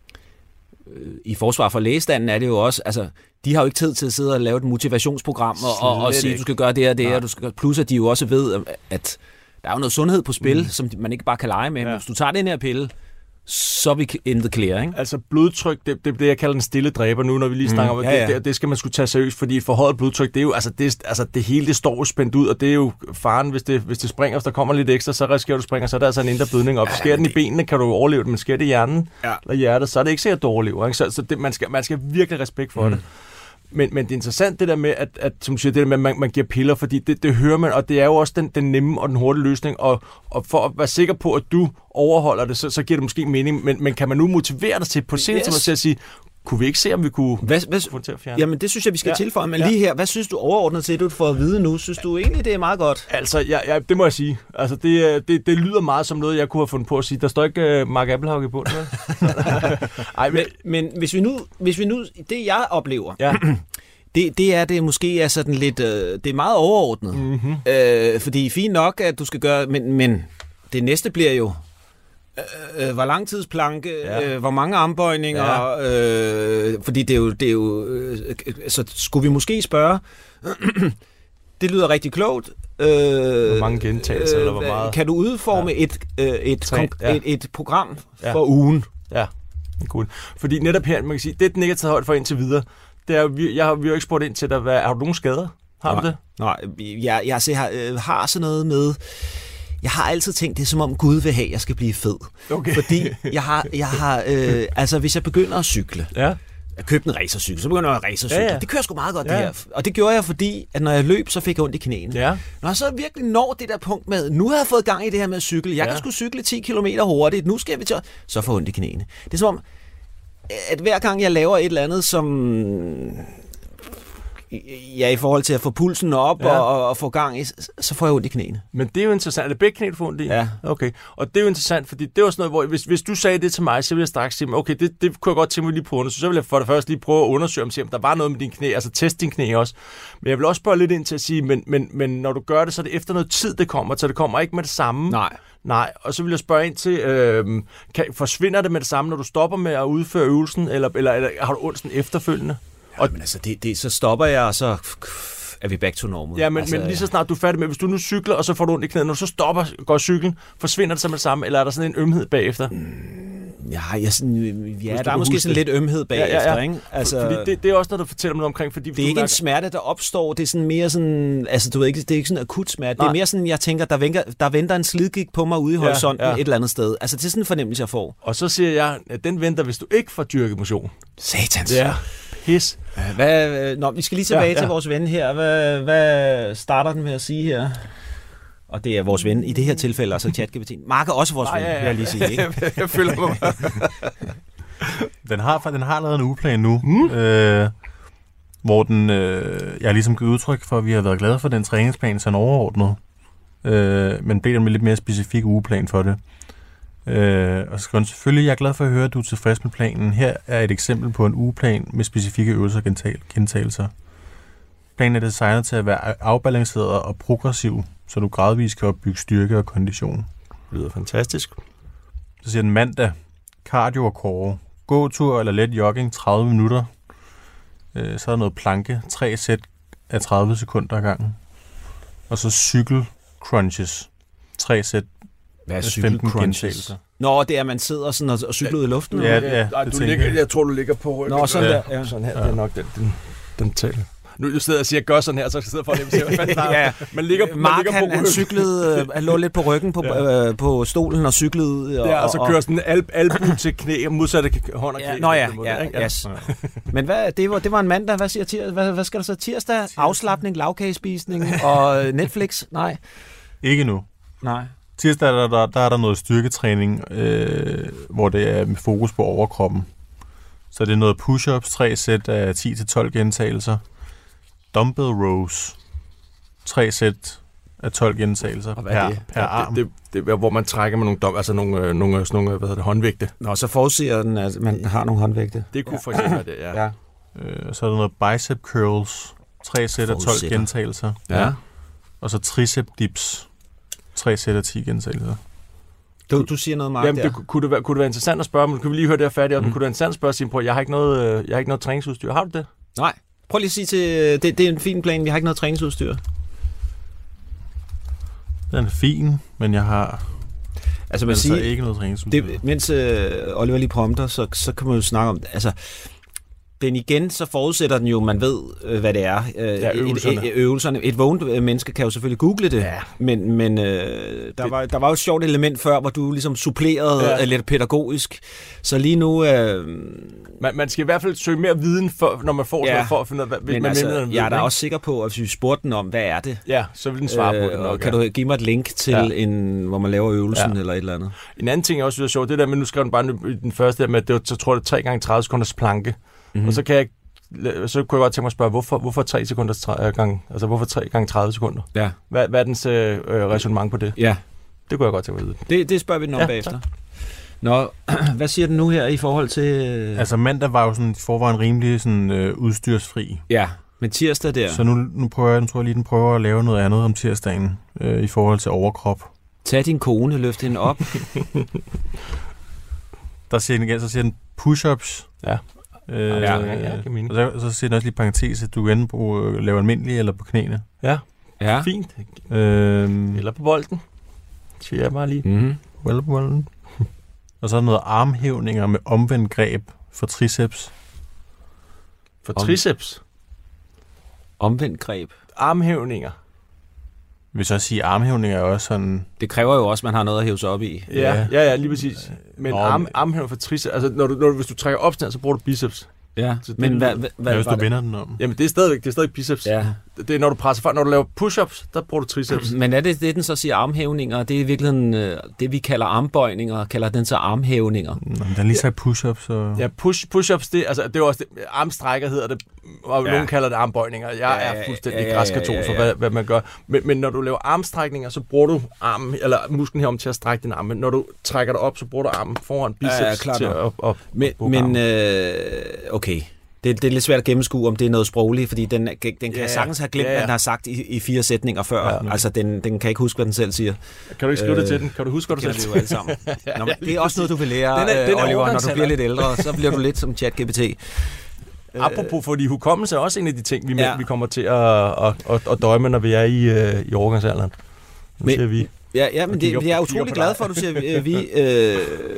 I forsvar for lægestanden er det jo også, altså, de har jo ikke tid til at sidde og lave et motivationsprogram og, og, og sige, at du skal gøre det og det, og du skal, plus at de jo også ved, at der er jo noget sundhed på spil, mm. som man ikke bare kan lege med. Ja. Men hvis du tager den her pille, så er vi in the clear, ikke? Altså blodtryk, det er det, det, jeg kalder den stille dræber nu, når vi lige snakker mm. om, ja, ja. Det, det, det skal man sgu tage seriøst, fordi forhøjet blodtryk, det er jo, altså det, altså det hele, det står jo spændt ud, og det er jo faren, hvis det, hvis det springer, hvis der kommer lidt ekstra, så risikerer du springer, så er der altså en indre blødning op. Ja, sker den i benene, kan du overleve det, men sker det i hjernen ja. eller hjertet, så er det ikke sikkert, at du overlever, ikke? Så, så det, man, skal, man skal virkelig respekt for mm. det. Men, men det er interessant det der med, at, at som du siger, det der med, at man, man giver piller, fordi det, det hører man, og det er jo også den, den nemme og den hurtige løsning, og, og for at være sikker på, at du overholder det, så, så giver det måske mening, men, men kan man nu motivere dig til på scenen yes. til at sige, kunne vi ikke se, om vi kunne hvad, hvad, få det til at fjerne? Jamen det synes jeg, vi skal ja. tilføje, men ja. lige her, hvad synes du overordnet til, du får at vide nu? Synes du egentlig, det er meget godt? Altså, ja, ja, det må jeg sige. Altså, det, det, det lyder meget som noget, jeg kunne have fundet på at sige. Der står ikke uh, Mark Appelhaug i bunden. Ej, men, men, men hvis, vi nu, hvis vi nu, det jeg oplever, ja. Det, det er det måske er sådan lidt, øh, det er meget overordnet. Mm-hmm. Øh, fordi fint nok, at du skal gøre, men, men det næste bliver jo, øh, hvor lang tidsplanke, ja. øh, hvor mange armbøjninger, ja. øh, fordi det er jo, det er jo øh, så skulle vi måske spørge, det lyder rigtig klogt. Øh, hvor mange gentagelser, øh, eller hvor meget? Kan du udforme ja. et, øh, et, Tre, ja. et, et program for ja. ugen? Ja, cool. Fordi netop her, man kan sige, det er den ikke har taget højt for indtil videre. Det er, vi, jeg har, vi har jo ikke spurgt ind til dig, hvad, har du nogen skader? Har nej, du det? Nej, jeg, jeg, jeg har, øh, har sådan noget med, jeg har altid tænkt, det er som om Gud vil have, at jeg skal blive fed. Okay. Fordi jeg har, jeg har øh, altså hvis jeg begynder at cykle, ja. jeg købte en racercykel, så begynder jeg at racercykle. Ja, ja. Det kører sgu meget godt, ja. det her. Og det gjorde jeg, fordi at når jeg løb, så fik jeg ondt i knæene. Ja. Når jeg så virkelig når det der punkt med, nu har jeg fået gang i det her med at cykle, jeg ja. kan sgu cykle ti kilometer hurtigt, nu skal vi til, så får jeg ondt i knæene. Det er som om, at hver gang jeg laver et eller andet, som ja, i forhold til at få pulsen op ja. og, og få gang i, så får jeg ondt i knæene. Men det er jo interessant. Er det begge knæ, du får ondt i? Ja. Okay. Og det er jo interessant, fordi det er også noget, hvor hvis, hvis du sagde det til mig, så ville jeg straks sige, okay, det, det kunne jeg godt tænke mig lige prøve. Så ville jeg for det første lige prøve at undersøge, om der var noget med dine knæ, altså teste dine knæ også. Men jeg vil også spørge lidt ind til at sige, men, men, men når du gør det, så er det efter noget tid, det kommer, så det kommer ikke med det samme. Nej. Nej, og så vil jeg spørge ind til, øh, kan, forsvinder det med det samme, når du stopper med at udføre øvelsen, eller, eller, eller har du ondt sådan efterfølgende? Ja, men altså, det, det, så stopper jeg, og så er vi back to normal. Ja, men, altså, men lige så snart du er færdig med, hvis du nu cykler, og så får du ondt i knæet, når du så stopper, går cyklen, forsvinder det så med det samme, eller er der sådan en ømhed bagefter? Mm, Ja, jeg sådan, ja der er måske sådan det. lidt ømhed bagefter, ja, ja, ja. Ikke? Altså, fordi det, det er også noget, der fortæller mig omkring. Fordi det er ikke en smerte, der opstår. Det er sådan mere sådan, altså du ved ikke, det er ikke sådan en akut smerte. Nej. Det er mere sådan, jeg tænker, der venter, der venter en slidgik på mig ude i horisonten ja, ja. et eller andet sted. Altså det er sådan en fornemmelse, jeg får. Og så siger jeg, at den venter, hvis du ikke får dyrket motion. Satans. Det er pis. Hvad, nå, vi skal lige tilbage ja, ja. til vores ven her. Hvad, hvad starter den med at sige her? Og det er vores ven i det her tilfælde, altså ChatGPT. Mark er også vores Nej, ven, ja, ja. vil jeg lige sige. Ikke? jeg føler mig. den, har, den har lavet en ugeplan nu, mm. øh, hvor den, øh, jeg har ligesom givet udtryk for, at vi har været glade for den træningsplan, sådan overordnet. Øh, men blev den med lidt mere specifik ugeplan for det. Øh, og så skal selvfølgelig, jeg er glad for at høre, at du er tilfreds med planen. Her er et eksempel på en ugeplan med specifikke øvelser og gentagelser. Planen er designet til at være afbalanceret og progressiv, så du gradvist kan opbygge styrke og kondition. Det lyder fantastisk. Så siger den mandag, cardio og core. Gåtur eller let jogging, tredive minutter. Øh, så er der noget planke, tre sæt af tredive sekunder ad gangen. Og så cykel crunches, tre sæt Hvad er cykel crunches? Nå, det er, at man sidder sådan og, og cykler ud i luften? Ja, ja, ja Ej, du ligger, jeg tror, du ligger på ryggen. Nå, sådan ja. der. Ja. Sådan her, ja. Det er nok den, den, den taler. Nu du sidder og siger, gør sådan her, så sidder folk og siger, hvad fanden ja. Man ligger, man Mark, ligger på han, han cyklede, han lå lidt på ryggen på, ja. øh, på stolen og cyklede. Og, ja, og så kører sådan en alb, albu til knæ, og modsatte hånd og knæ. Ja, nå ja, måde, ja, yes. ja. Men hvad, det, var, det var en mandag, hvad siger tirsdag? Hvad, hvad skal der så tirsdag? tirsdag? Afslapning, lavkagespisning og Netflix? Nej. Ikke nu. Nej. Tirsdag der, der, der er der noget styrketræning, øh, hvor det er med fokus på overkroppen. Så det er noget push-ups, tre sæt af ti til tolv gentagelser. Dumbbell rows, tre sæt af tolv gentagelser per, per ja, arm. Det, det, det er, hvor man trækker med nogle, dom, altså nogle, nogle, sådan nogle hvad hedder det, håndvægte. Nå, så forudsiger den, at man har nogle håndvægte. Det kunne ja. for eksempel være det, ja. ja. Øh, så er der noget bicep curls, tre sæt af tolv gentagelser. Ja. Og så tricep dips, tre sæt af ti gentagelser. Du, du siger noget, Mark, Jamen, det, kunne, det være, kunne det være interessant at spørge, men kan vi lige høre det her færdigt, mm. kunne det være interessant at spørge sig på, jeg har ikke noget, jeg har ikke noget træningsudstyr. Har du det? Nej. Prøv lige at sige til, det, det er en fin plan, vi har ikke noget træningsudstyr. Den er fin, men jeg har altså, man siger, ikke noget træningsudstyr. Det, mens øh, Oliver lige prompter, så, så kan man jo snakke om, altså, den igen, så forudsætter den jo, man ved, øh, hvad det er. Øh, ja, øvelserne. Et, et, øvelserne. Et vågent menneske kan jo selvfølgelig google det, ja. men, men øh, der, var, der var jo et sjovt element før, hvor du ligesom supplerede ja. lidt pædagogisk. Så lige nu... Øh, man, man skal i hvert fald søge mere viden, for, når man får ja. noget for at finde ud af, hvad man altså, mener. Jeg er da også sikker på, at hvis vi spurgte den om, hvad er det? Ja, så vil den svare øh, på det nok. Kan ja. du give mig et link til, ja. en, hvor man laver øvelsen ja. eller et eller andet? En anden ting er også, sjovt, det der med, nu skrev den bare den første der med, at det var, så tror jeg, det er tre gange tredive sekunders planke. Mm-hmm. Og så kan jeg så kunne jeg godt tænke mig at spørge, hvorfor, hvorfor tre sekunder gange, altså hvorfor tre gange tredive sekunder? Ja. Hvad, hvad er dens øh, resonemang på det? Ja. Det kunne jeg godt tænke mig at vide. Det, det spørger vi den om ja, bagefter. Tak. Nå, hvad siger den nu her i forhold til... Altså mandag var jo sådan forvejen rimelig sådan, øh, udstyrsfri. Ja, men tirsdag der... Så nu, nu prøver jeg, nu tror jeg lige, den prøver at lave noget andet om tirsdagen øh, i forhold til overkrop. Tag din kone, løft hende op. Der siger den igen, så siger den push-ups. Ja. Øh, ja, ja, ja, og så, så siger den også lige parentes, at du kan på lave almindelig eller på knæene. Ja, ja. Fint. Øhm, eller på bolden. Siger jeg bare lige. Mm-hmm. Eller på bolden. Og så er der noget armhævninger med omvendt greb for triceps. For Om, triceps? Omvendt greb? Armhævninger. Jeg vil så sige, armhævninger er også sådan... Det kræver jo også, at man har noget at hæve sig op i. Ja, ja, ja lige præcis. Men Nå, arm, armhævninger for triceps, altså når du, når du, hvis du trækker opstand, så bruger du biceps. Ja, så men hvad, hvad, hvad ja, hvis du vender den om? Jamen det er stadigvæk, det er stadig biceps. Ja. Det er når du presser frem, når du laver push-ups, der bruger du triceps. Men er det det, den så siger armhævninger? Det er i virkeligheden det, vi kalder armbøjninger, kalder den så armhævninger. Nå, den er lige sagt push-ups. Så... Ja, push, push-ups, det, altså, det er også det, armstrækker hedder det, og ja. nogen kalder det armbøjninger. Jeg ja, er fuldstændig ja, ja, græskatol ja, ja, ja. for, hvad, hvad man gør. Men, men når du laver armstrækninger, så bruger du armen, eller musklen herom til at strække din arm. Men når du trækker dig op, så bruger du armen foran biceps ja, ja, klar til at op, op, Men, men øh, okay... Det, det er lidt svært at gennemskue, om det er noget sprogligt, fordi den, den kan yeah, sagtens have glemt, yeah. hvad den har sagt i, i fire sætninger før. Ja. Altså, den, den kan ikke huske, hvad den selv siger. Kan du ikke skrive øh, det til den? Kan du huske, hvad du selv siger? Det alle sammen. Nå, det er også noget, du vil lære, den er, den er Oliver, når du bliver lidt ældre. Så bliver du lidt som ChatGPT. Apropos, fordi hukommelse er også en af de ting, vi, ja. vi kommer til at, at, at, at døje med, når vi er i, uh, i overgangsalderen. Nu men, siger vi. Ja, ja men det, op, jeg er utrolig glad for, at du siger vi. Øh,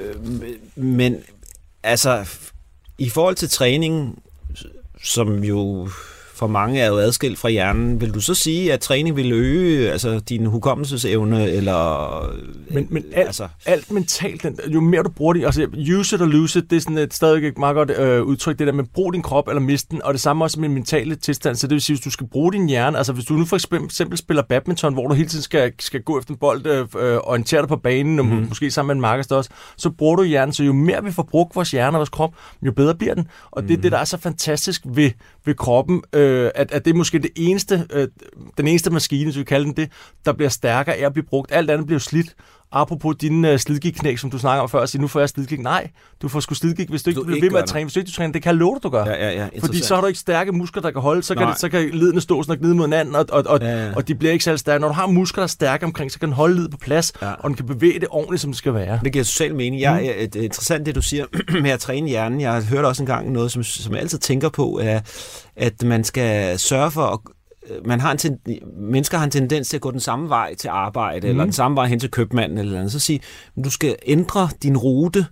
men altså, i forhold til træning, som jo for mange er jo adskilt fra hjernen, vil du så sige, at træning vil øge altså, din hukommelsesevne, eller... Men, men alt, altså. alt mentalt, jo mere du bruger det, altså use it or lose it, det er sådan et stadig et meget godt øh, udtryk, det der med brug din krop eller miste den, og det samme også med mentale tilstand, så det vil sige, hvis du skal bruge din hjerne, altså hvis du nu for eksempel spiller badminton, hvor du hele tiden skal, skal gå efter en bold, øh, orientere dig på banen, og mm. måske sammen med en markers også, så bruger du hjernen, så jo mere vi får brugt vores hjerne og vores krop, jo bedre bliver den, og det er mm. det, der er så fantastisk ved, ved kroppen, øh, at, at det er måske det eneste, øh, den eneste maskine, så vi kalder den det, der bliver stærkere af at blive brugt. Alt andet bliver slidt. Apropos dine uh, slidgigknæk, som du snakker om før, og siger, nu får jeg slidgig. Nej, du får sgu slidgig, hvis du ikke du bliver ved med at træne. Hvis du ikke du træner, det kan jeg love dig, du gør. Ja, ja, ja, fordi så har du ikke stærke muskler, der kan holde, så kan, det, så kan ledene stå sådan og gnide mod hinanden, og, og, og, ja, ja. og de bliver ikke særlig stærke. Når du har muskler, der er stærke omkring, så kan den holde led på plads, ja. og den kan bevæge det ordentligt, som det skal være. Det giver social mening. Jeg, mm. Det er interessant, det du siger med at træne hjernen. Jeg har hørt også engang noget, som, som jeg altid tænker på, er, at man skal sørge for at man har en ten, mennesker har en tendens til at gå den samme vej til arbejde, mm. eller den samme vej hen til købmanden, eller andet. Så sige, du skal ændre din rute.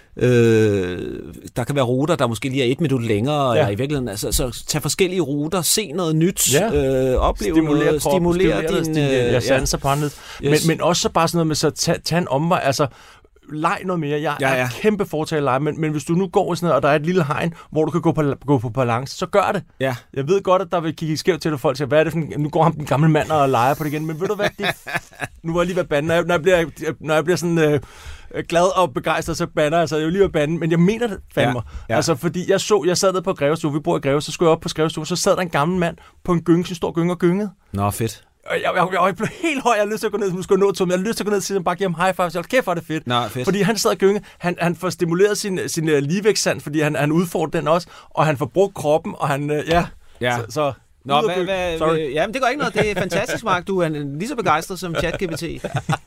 Øh, der kan være ruter, der måske lige er et minut længere, ja. eller i virkeligheden, altså, så tag forskellige ruter, se noget nyt, ja. øh, opleve stimulere noget, kroppen, stimulere din... Stimulere, jeg sanser på andet. Yes. Men, men også så bare sådan noget med, så tag, tag en omvej, altså leg noget mere. Jeg ja, ja. er kæmpe fortaler leg, men, men hvis du nu går sådan noget, og der er et lille hegn, hvor du kan gå på, gå på balance, så gør det. Ja. Jeg ved godt, at der vil kigge skævt til dig, folk siger, hvad er det for en, nu går ham den gamle mand og leger på det igen, men ved du hvad, det, nu var jeg lige ved banden, når jeg, når jeg bliver, når jeg bliver sådan øh, glad og begejstret, så bander jeg, så jeg jo lige ved banden, men jeg mener det fandme. Ja. Ja. Altså, fordi jeg så, jeg sad nede på Grevestue, vi bor i Greve, så skulle jeg op på Grevestue, så sad der en gammel mand på en gynge, en stor gynge og gyngede. Nå, fedt. Jeg, jeg, jeg, jeg blev helt høj, jeg havde lyst til at gå ned, som skulle nå til ham. Jeg havde lyst til at gå ned til ham, bare give ham high five, så jeg kæft, hvor er det fedt. Nå, fedt. Fordi han sad og gynge, han, han får stimuleret sin, sin uh, ligevægtssand, fordi han, han udfordrer den også, og han får brugt kroppen, og han, uh, ja, ja. så... så Nå, hvad, hvad, jamen det går ikke noget, det er fantastisk, Mark, du er lige så begejstret som ChatGPT. øh,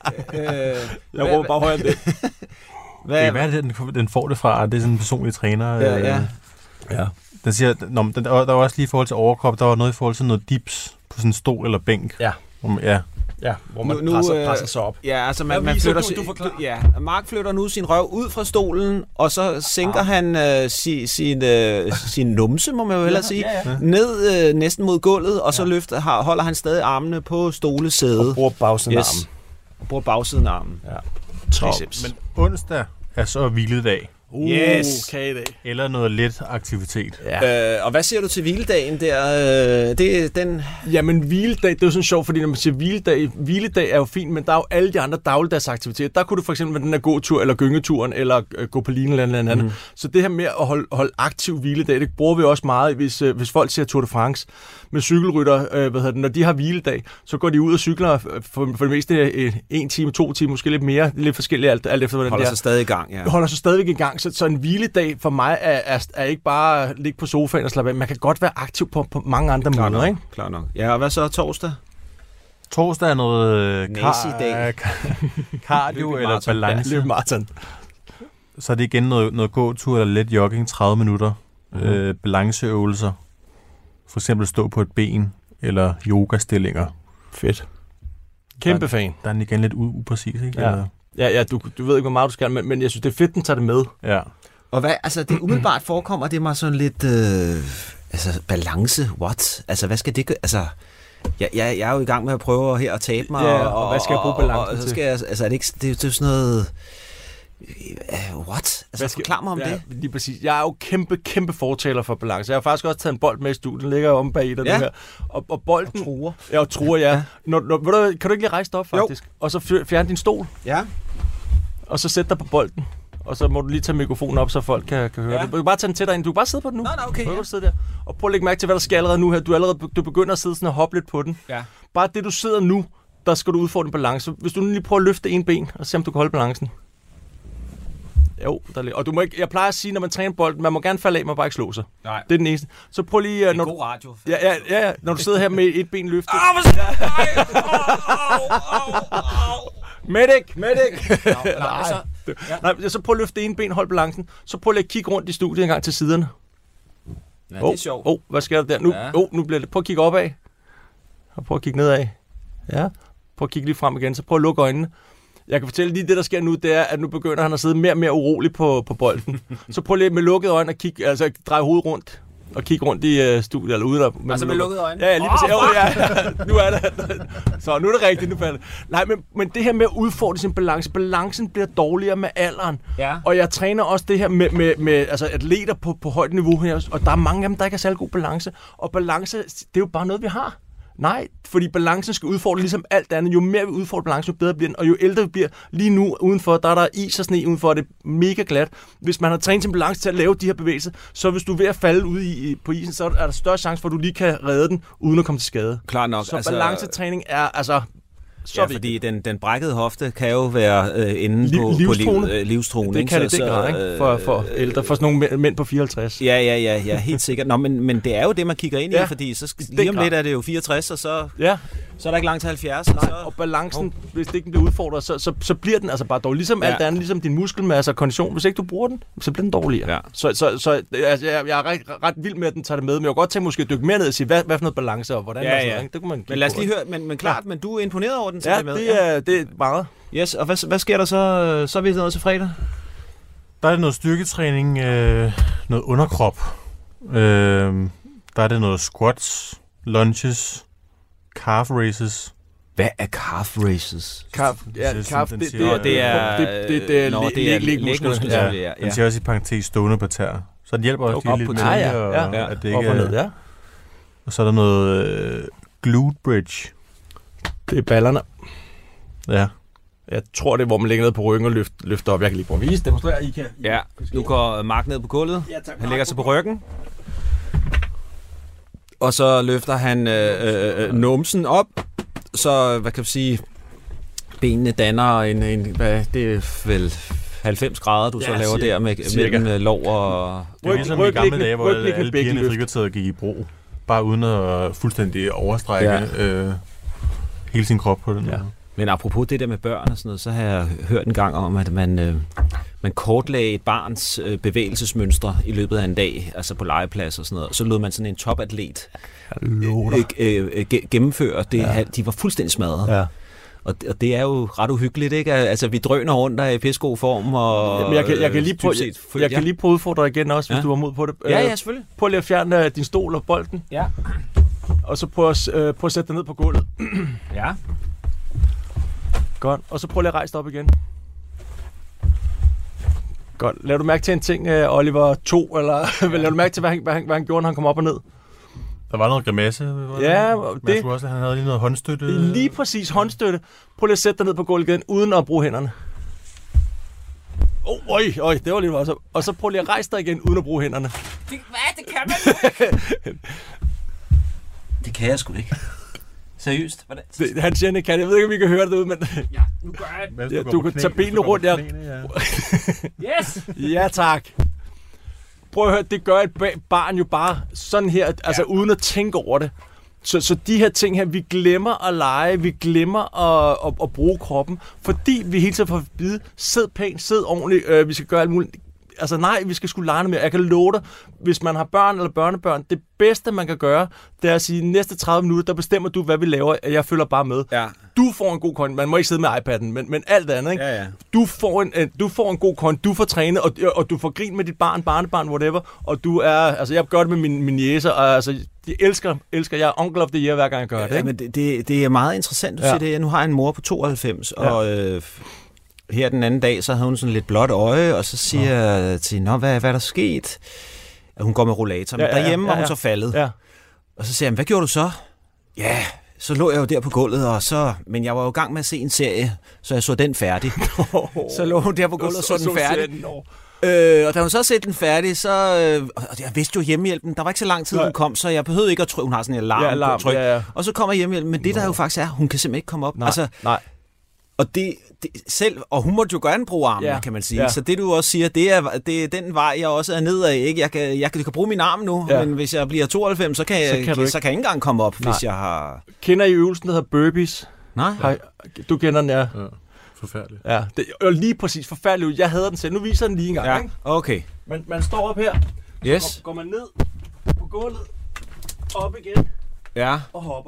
jeg råber bare højere end det. Hvad, hvad er det, den, den får det fra? Det er sådan en personlig træner. Ja, ja. ja. Den siger, nå, den, der, var, der var også lige i forhold til overkrop, der var noget i forhold til noget dips på sådan en stol eller bænk. Ja. Um, ja. Ja, hvor man nu, presser, presser sig op. Ja, altså man, man flytter du, du ja, Mark flytter nu sin røv ud fra stolen, og så sænker ah. han øh, si, sin, øh, sin numse, må man jo hellere sige, ja, ja. ned øh, næsten mod gulvet, og så ja. løfter, har, holder han stadig armene på stolesædet. Og bruger bagsiden af yes. armen. Og bruger bagsiden af armen. Ja. Triceps. Men onsdag er så hviledag. Uh, yes. Okay, eller noget let aktivitet. Ja. Øh, og hvad siger du til hviledagen der? Øh, det den. Jamen hviledag, det er jo sådan sjovt, fordi når man siger hviledag, hviledag er jo fint, men der er jo alle de andre dagligdags aktiviteter. Der kunne du for eksempel med den her gåtur eller gyngeturen eller øh, gå på line eller noget andet. Mm. Så det her med at holde, holde aktiv hviledag, det bruger vi også meget, hvis øh, hvis folk siger Tour de France med cykelrytter, øh, hvad hedder det, når de har hviledag, så går de ud og cykler for, for det meste øh, en time, to timer, måske lidt mere, lidt forskelligt alt, alt efter hvordan holder det er. Holder sig stadig i gang, ja. Holder sig stadig i gang. Så, så en hviledag for mig er, er, er ikke bare at ligge på sofaen og slappe af. Man kan godt være aktiv på, på mange andre Klar måder, nok. ikke? Klar nok. Ja, og hvad så torsdag? Torsdag er noget Nazi-dag. cardio eller balance. Ja, maraton. Så er det igen noget, noget gåtur eller let jogging, tredive minutter. Mm-hmm. Øh, balanceøvelser. For eksempel stå på et ben eller yogastillinger. Fedt. Kæmpe der, fan. Der er den igen lidt u- upræcis, ikke? Ja. Ja, ja, du, du ved ikke, hvor meget du skal, men, men jeg synes, det er fedt, den tager det med. Ja. Og hvad, altså, det umiddelbart forekommer, det mig sådan lidt, øh, altså, balance, what? Altså, hvad skal det gøre? Altså, jeg, jeg, jeg er jo i gang med at prøve her at tabe mig. Ja, og, og hvad skal jeg bruge balancen og, og, og, til? Skal jeg, altså, er det ikke, det, det er sådan noget, uh, what? Altså, skal, forklar mig om ja, det. Lige præcis. Jeg er jo kæmpe, kæmpe fortaler for balance. Jeg har faktisk også taget en bold med i studiet, den ligger om bag i dig, ja. her. Og, og bolden... Og truer. Ja, og truer, ja. Når, når, du, kan du ikke lige rejse dig op, faktisk? Jo. Og så fjerne din stol. Ja. Og så sæt dig på bolden. Og så må du lige tage mikrofonen op, så folk kan, kan høre ja. det. Du kan bare tage den til dig ind. Du kan bare sidde på den nu. Nå, nå, okay. Du kan sidde der. Og prøv at lægge mærke til, hvad der sker allerede nu her. Du, allerede, du begynder at sidde sådan og hoppe lidt på den. Ja. Bare det, du sidder nu, der skal du udfordre en balance. Hvis du nu lige prøver at løfte en ben, og se om du kan holde balancen. Jo, der er og du må ikke, jeg plejer at sige, når man træner bolden, man må gerne falde af, man bare ikke slå sig. Nej. Det er den eneste. Så prøv lige... Det er når god radio. Ja, ja, ja, ja, når du sidder her med et ben løftet. Ah, hvor Medic, medic. Nå, nej, så, ja. Nej, så prøv at løfte en ben, hold balancen. Så prøv lige at kigge rundt i studiet en gang til siderne. Ja, det er sjovt. Åh, oh, hvad sker der der? Nu, ja. oh, nu bliver det... Prøv at kigge opad. Og prøv at kigge nedad. Ja. Prøv at kigge lige frem igen, så prøv at lukke øjnene. Jeg kan fortælle lige, det der sker nu, det er, at nu begynder han at sidde mere og mere urolig på, på bolden. Så prøv lige med lukkede øjne at kigge, altså dreje hovedet rundt. Og kigge rundt i uh, studiet, eller ude der. Altså med lukkede øjne? Ja, ja, lige præcis. Oh, ja. Nu er det. Så nu er det rigtigt, nu falder. Nej, men, men det her med at udfordre sin balance, balancen bliver dårligere med alderen. Ja. Og jeg træner også det her med, med, med altså atleter på, på højt niveau her, og der er mange af dem, der ikke har særlig god balance. Og balance, det er jo bare noget, vi har. Nej, fordi balancen skal udfordre ligesom alt andet. Jo mere vi udfordrer balancen, jo bedre bliver den. Og jo ældre vi bliver, lige nu udenfor, der er der is og sne udenfor, det er mega glat. Hvis man har trænet sin balance til at lave de her bevægelser, så hvis du er ved at falde ude i, på isen, så er der større chance for, at du lige kan redde den, uden at komme til skade. Klar nok. Så altså, balancetræning er altså... Så ja, fordi den, den brækkede hofte kan jo være øh, inde Liv, på, livstruende. på liv, øh, livstruende. Det kan det, det grad, ikke? For, for ældre, for sådan nogle mænd på fireoghalvtreds. Ja, ja, ja, ja, helt sikkert. Nå, men, men det er jo det, man kigger ind ja, i, fordi så skal, lige om lidt er det jo fireogtres, og så, ja. så er der ikke langt til halvfjerds. Nej, og, så... og balancen, oh. hvis det ikke bliver udfordret, så, så, så bliver den altså bare dårlig. Ligesom ja. alt andet, ligesom din muskelmasse og kondition. Hvis ikke du bruger den, så bliver den dårligere. Ja. Så, så, så altså, jeg, jeg er ret, ret vild med, at den tager det med. Men jeg kunne godt tænke måske at dykke mere ned og sige, hvad, hvad for noget balance og hvordan. Ja, og sådan, ja. Ikke? Det kunne man men lad os lige høre, men, men klart, ja. men du er imponeret over den. Ja, med. det er, det er meget. Yes, og hvad, hvad sker der så? Så er vi noget til fredag? Der er det noget styrketræning, øh, noget underkrop. Øh, der er det noget squats, lunges, calf raises. Hvad er calf raises? Calf, ja, det, calf, det, det, det, det, det er det, det, det er Nå, det er lægmuskler. Ja, ja. Den siger også i parentes stående på tær. Så den hjælper også op lidt på med tær, det, ja, og, ja. at det ikke op og ned, ja. Og så er der noget øh, glute bridge. Det er ballerne. Ja. Jeg tror, det er, hvor man ligger ned på ryggen og løft, løfter op. Jeg kan lige prøve at vise, demonstrere, I kan. Ja, nu går Mark ned på gulvet. Ja, tak, han lægger sig på ryggen. Og så løfter han øh, øh, numsen op. Så, hvad kan man sige, benene danner en, en hvad, det er vel halvfems grader, du ja, så laver cirka, der med, mellem lov og... Det er ligesom i gamle dage, hvor alle pigerne i frikvarteret gik i brug. Bare uden at fuldstændig overstrække ja. øh, hele sin krop på den. Ja. Men apropos det der med børn og sådan noget, så har jeg hørt en gang om, at man, øh, man kortlagde et barns øh, bevægelsesmønstre i løbet af en dag, altså på legeplads og sådan noget. Så lød man sådan en topatlet øh, øh, øh, gennemføre det. Ja. De var fuldstændig smadret. Ja. Og, og det er jo ret uhyggeligt, ikke? Altså, vi drøner rundt der i pissegod form. Og, Jamen, jeg, kan, jeg kan lige prøve, jeg, jeg ja. kan lige prøve udfordre dig igen også, hvis ja. du var mod på det. Ja, ja, selvfølgelig. Prøv lige at fjerne uh, din stol og bolden. Ja. Og så prøv at, uh, prøv at sætte dig ned på gulvet. Ja. Godt. Og så prøv lige at rejse dig op igen. Godt. Lader du mærke til en ting, uh, Oliver to, eller ja. lader du mærke til, hvad han, hvad, han, hvad han gjorde, når han kom op og ned? Der var noget grimasse. Ja, det. Jeg tror også, at han havde lige noget håndstøtte. Lige præcis håndstøtte. Prøv lige at sætte dig ned på gulvet igen, uden at bruge hænderne. Oh, øj, øj, det var lige meget. Og så prøv lige at rejse dig igen, uden at bruge hænderne. Det, hvad? Det kan man ikke. Det kan jeg sgu ikke. Seriøst? Hvordan? Det, han siger, han kan. Jeg ved ikke, om vi kan høre det derude, men... Ja, nu gør jeg det. Ja, du kan tage benene rundt. Ja. Yes! Ja, tak. Prøv at høre, det gør et barn jo bare sådan her, altså ja. uden at tænke over det. Så, så de her ting her, vi glemmer at lege, vi glemmer at, at, at bruge kroppen, fordi vi hele tiden får at vide, sid pænt, sid ordentligt, øh, vi skal gøre alt muligt. Altså nej, vi skal sgu lege noget mere. Jeg kan love dig, hvis man har børn eller børnebørn, det bedste man kan gøre, det er at sige, næste tredive minutter, der bestemmer du, hvad vi laver, jeg følger bare med. Ja. Du får en god coin, man må ikke sidde med iPad'en, men, men alt andet, ikke? Ja, ja. Du, får en, du får en god coin, du får trænet, og, og du får grin med dit barn, barnebarn, whatever, og du er, altså jeg gør det med min, min jæser, og altså, de elsker, elsker, jeg er onkel of the year, hver gang jeg gør det, ikke? Ja, men det, det, det er meget interessant, du ja. siger det. Nu har jeg en mor på tooghalvfems, ja. og... Øh, her den anden dag, så havde hun sådan lidt blåt øje, og så siger jeg oh. til hende, hvad, hvad er der sket? Hun går med rollator, men ja, ja, derhjemme ja, ja. var hun så faldet. Ja. Og så siger jeg, hvad gjorde du så? Ja, så lå jeg jo der på gulvet, og så, men jeg var jo i gang med at se en serie, så jeg så den færdig. Oh. Så lå hun der på gulvet og så, så den færdig. Øh, og da hun så set den færdig, så... Øh, og jeg vidste jo hjemmehjælpen, der var ikke så lang tid, Nej. hun kom, så jeg behøvede ikke at trykke. Hun har sådan en alarm, ja, alarm tryk. Ja, ja. Og så kommer hjemmehjælpen, men det der jo faktisk er, hun kan simpelthen ikke komme op. Nej, altså, Nej. Og det, det selv, og hun måtte jo gerne bruge armen, ja, kan man sige. Ja. Så det du også siger, det er, det er den vej, jeg også er nedad. Ikke? Jeg, kan, jeg, jeg kan bruge min arm nu, ja. men hvis jeg bliver tooghalvfems, så kan, så jeg, kan, så kan jeg ikke engang komme op, Nej. hvis jeg har... Kender I øvelsen, der hedder burpees? Nej. Har, du kender den, ja. ja. Forfærdeligt. Ja, det er lige præcis forfærdeligt. Jeg havde den selv. Nu viser den lige en gang, ja. ikke? Okay. Man, man står op her, yes. går, går man ned på gulvet, op igen, ja. og hopper.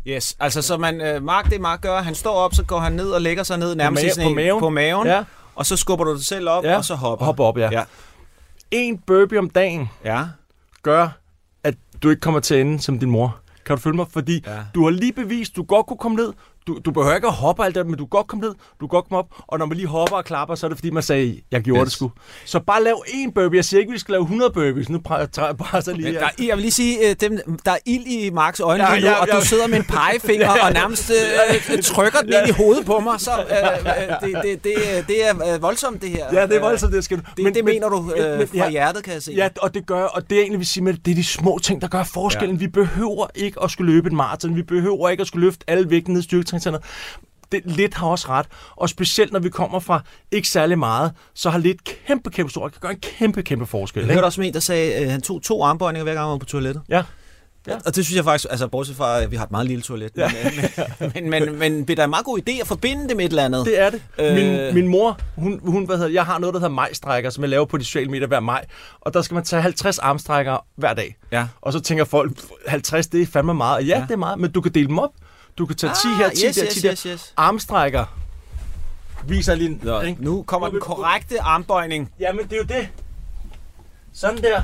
Yes, altså så man, øh, Mark, det Mark gør, han står op, så går han ned og lægger sig ned nærmest ma- i sådan på maven, på maven ja. Og så skubber du dig selv op, ja. og så hopper. Hopper op, ja. ja. En burpee om dagen ja. gør, at du ikke kommer til at ende som din mor. Kan du følge mig? Fordi ja. du har lige bevist, du godt kunne komme ned. Du, du behøver ikke at hoppe alt det, men du kan godt komme ned, du kan godt komme op, og når man lige hopper og klapper, så er det fordi, man sagde, jeg gjorde yes. det sgu. Så bare lav én burpee. Jeg siger ikke, vi skal lave hundrede burpees. Nu tager jeg bare så lige... Der, jeg vil lige sige, dem, der er ild i Marks øjne ja, lige nu, ja, ja, og du sidder med en pegefinger ja, og nærmest øh, trykker den ja. ind i hovedet på mig. Så øh, det, det, det, det er voldsomt, det her. Ja, det er voldsomt, det skal du. Det, men, det mener du øh, men, fra ja, hjertet, kan jeg se. Ja, og det gør, og det er egentlig, vi siger med det, det er de små ting, der gør forskellen. Ja. Vi behøver ikke at skulle løbe et maraton. Vi behøver ikke at skulle løfte alle vægten ned i styrketræningscenteret. Det, lidt har også ret, og specielt når vi kommer fra ikke særlig meget, så har lidt kæmpe, kæmpe stort, kan gøre en kæmpe, kæmpe forskel. Jeg hørte også med en, der sagde, at han tog to armbøjninger hver gang han var på toilettet. Ja. Ja. Og det synes jeg faktisk, altså bortset fra, at vi har et meget lille toilet, ja. men, men, men, men, men det er en meget god idé at forbinde det med et eller andet. Det er det. Øh... Min, min mor, hun, hun, hvad hedder, jeg har noget, der hedder majstrækker, som jeg laver på de sociale medier hver maj, og der skal man tage halvtreds armstrækker hver dag. Ja. Og så tænker folk, halvtreds, det er fandme meget. Ja, ja, det er meget, men du kan dele dem op. Du kan tage ti ah, her, ti yes, der, ti yes, der. Yes, yes. Armstrækker. Viser lige Nå, nu kommer den korrekte armbøjning. Jamen, det er jo det. Sådan der.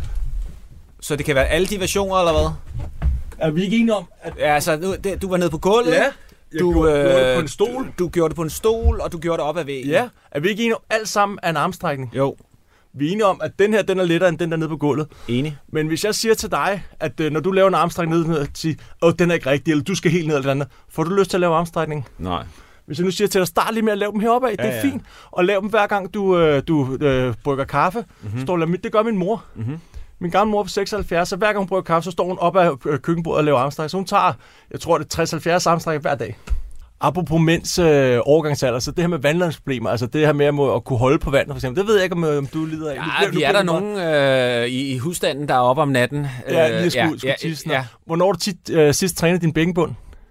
Så det kan være alle de versioner, eller hvad? Er vi ikke enige om, at... Ja, altså, nu, det, du var nede på gulvet. Ja, jeg du, gjorde, øh, gjorde det på en stol. Du, du gjorde det på en stol, og du gjorde det op ad væggen. Ja, er vi ikke enige om, alt sammen er en armstrækning? Jo. Vi er enige om, at den her, den er lettere end den der nede på gulvet. Enig. Men hvis jeg siger til dig, at øh, når du laver en armstrækning ned, at sige, åh, den er ikke rigtig, eller du skal helt ned eller andet, får du lyst til at lave armstrækning? Nej. Hvis jeg nu siger til dig, start lige med at lave dem heroppe af, ja, det er ja. fint. Og lav dem hver gang, du, øh, du øh, brygger kaffe. Mm-hmm. Står, det gør min mor. Mm-hmm. Min gamle mor på seksoghalvfjerds, så hver gang hun brygger kaffe, så står hun op ad køkkenbordet og laver armstrækning. Så hun tager, jeg tror det er tres til halvfjerds armstrækninger hver dag. Apropos mænds øh, overgangsalder, så det her med vandlandsproblemer, altså det her med at, at kunne holde på vandet, for eksempel, det ved jeg ikke, om, om du lider af. Ja, vi er der nogen øh, i, i husstanden, der er oppe om natten. Ja, lige skulle, ja, skulle ja, tisse. Ja. Hvornår har du tit, øh, sidst trænet din bækkenbund?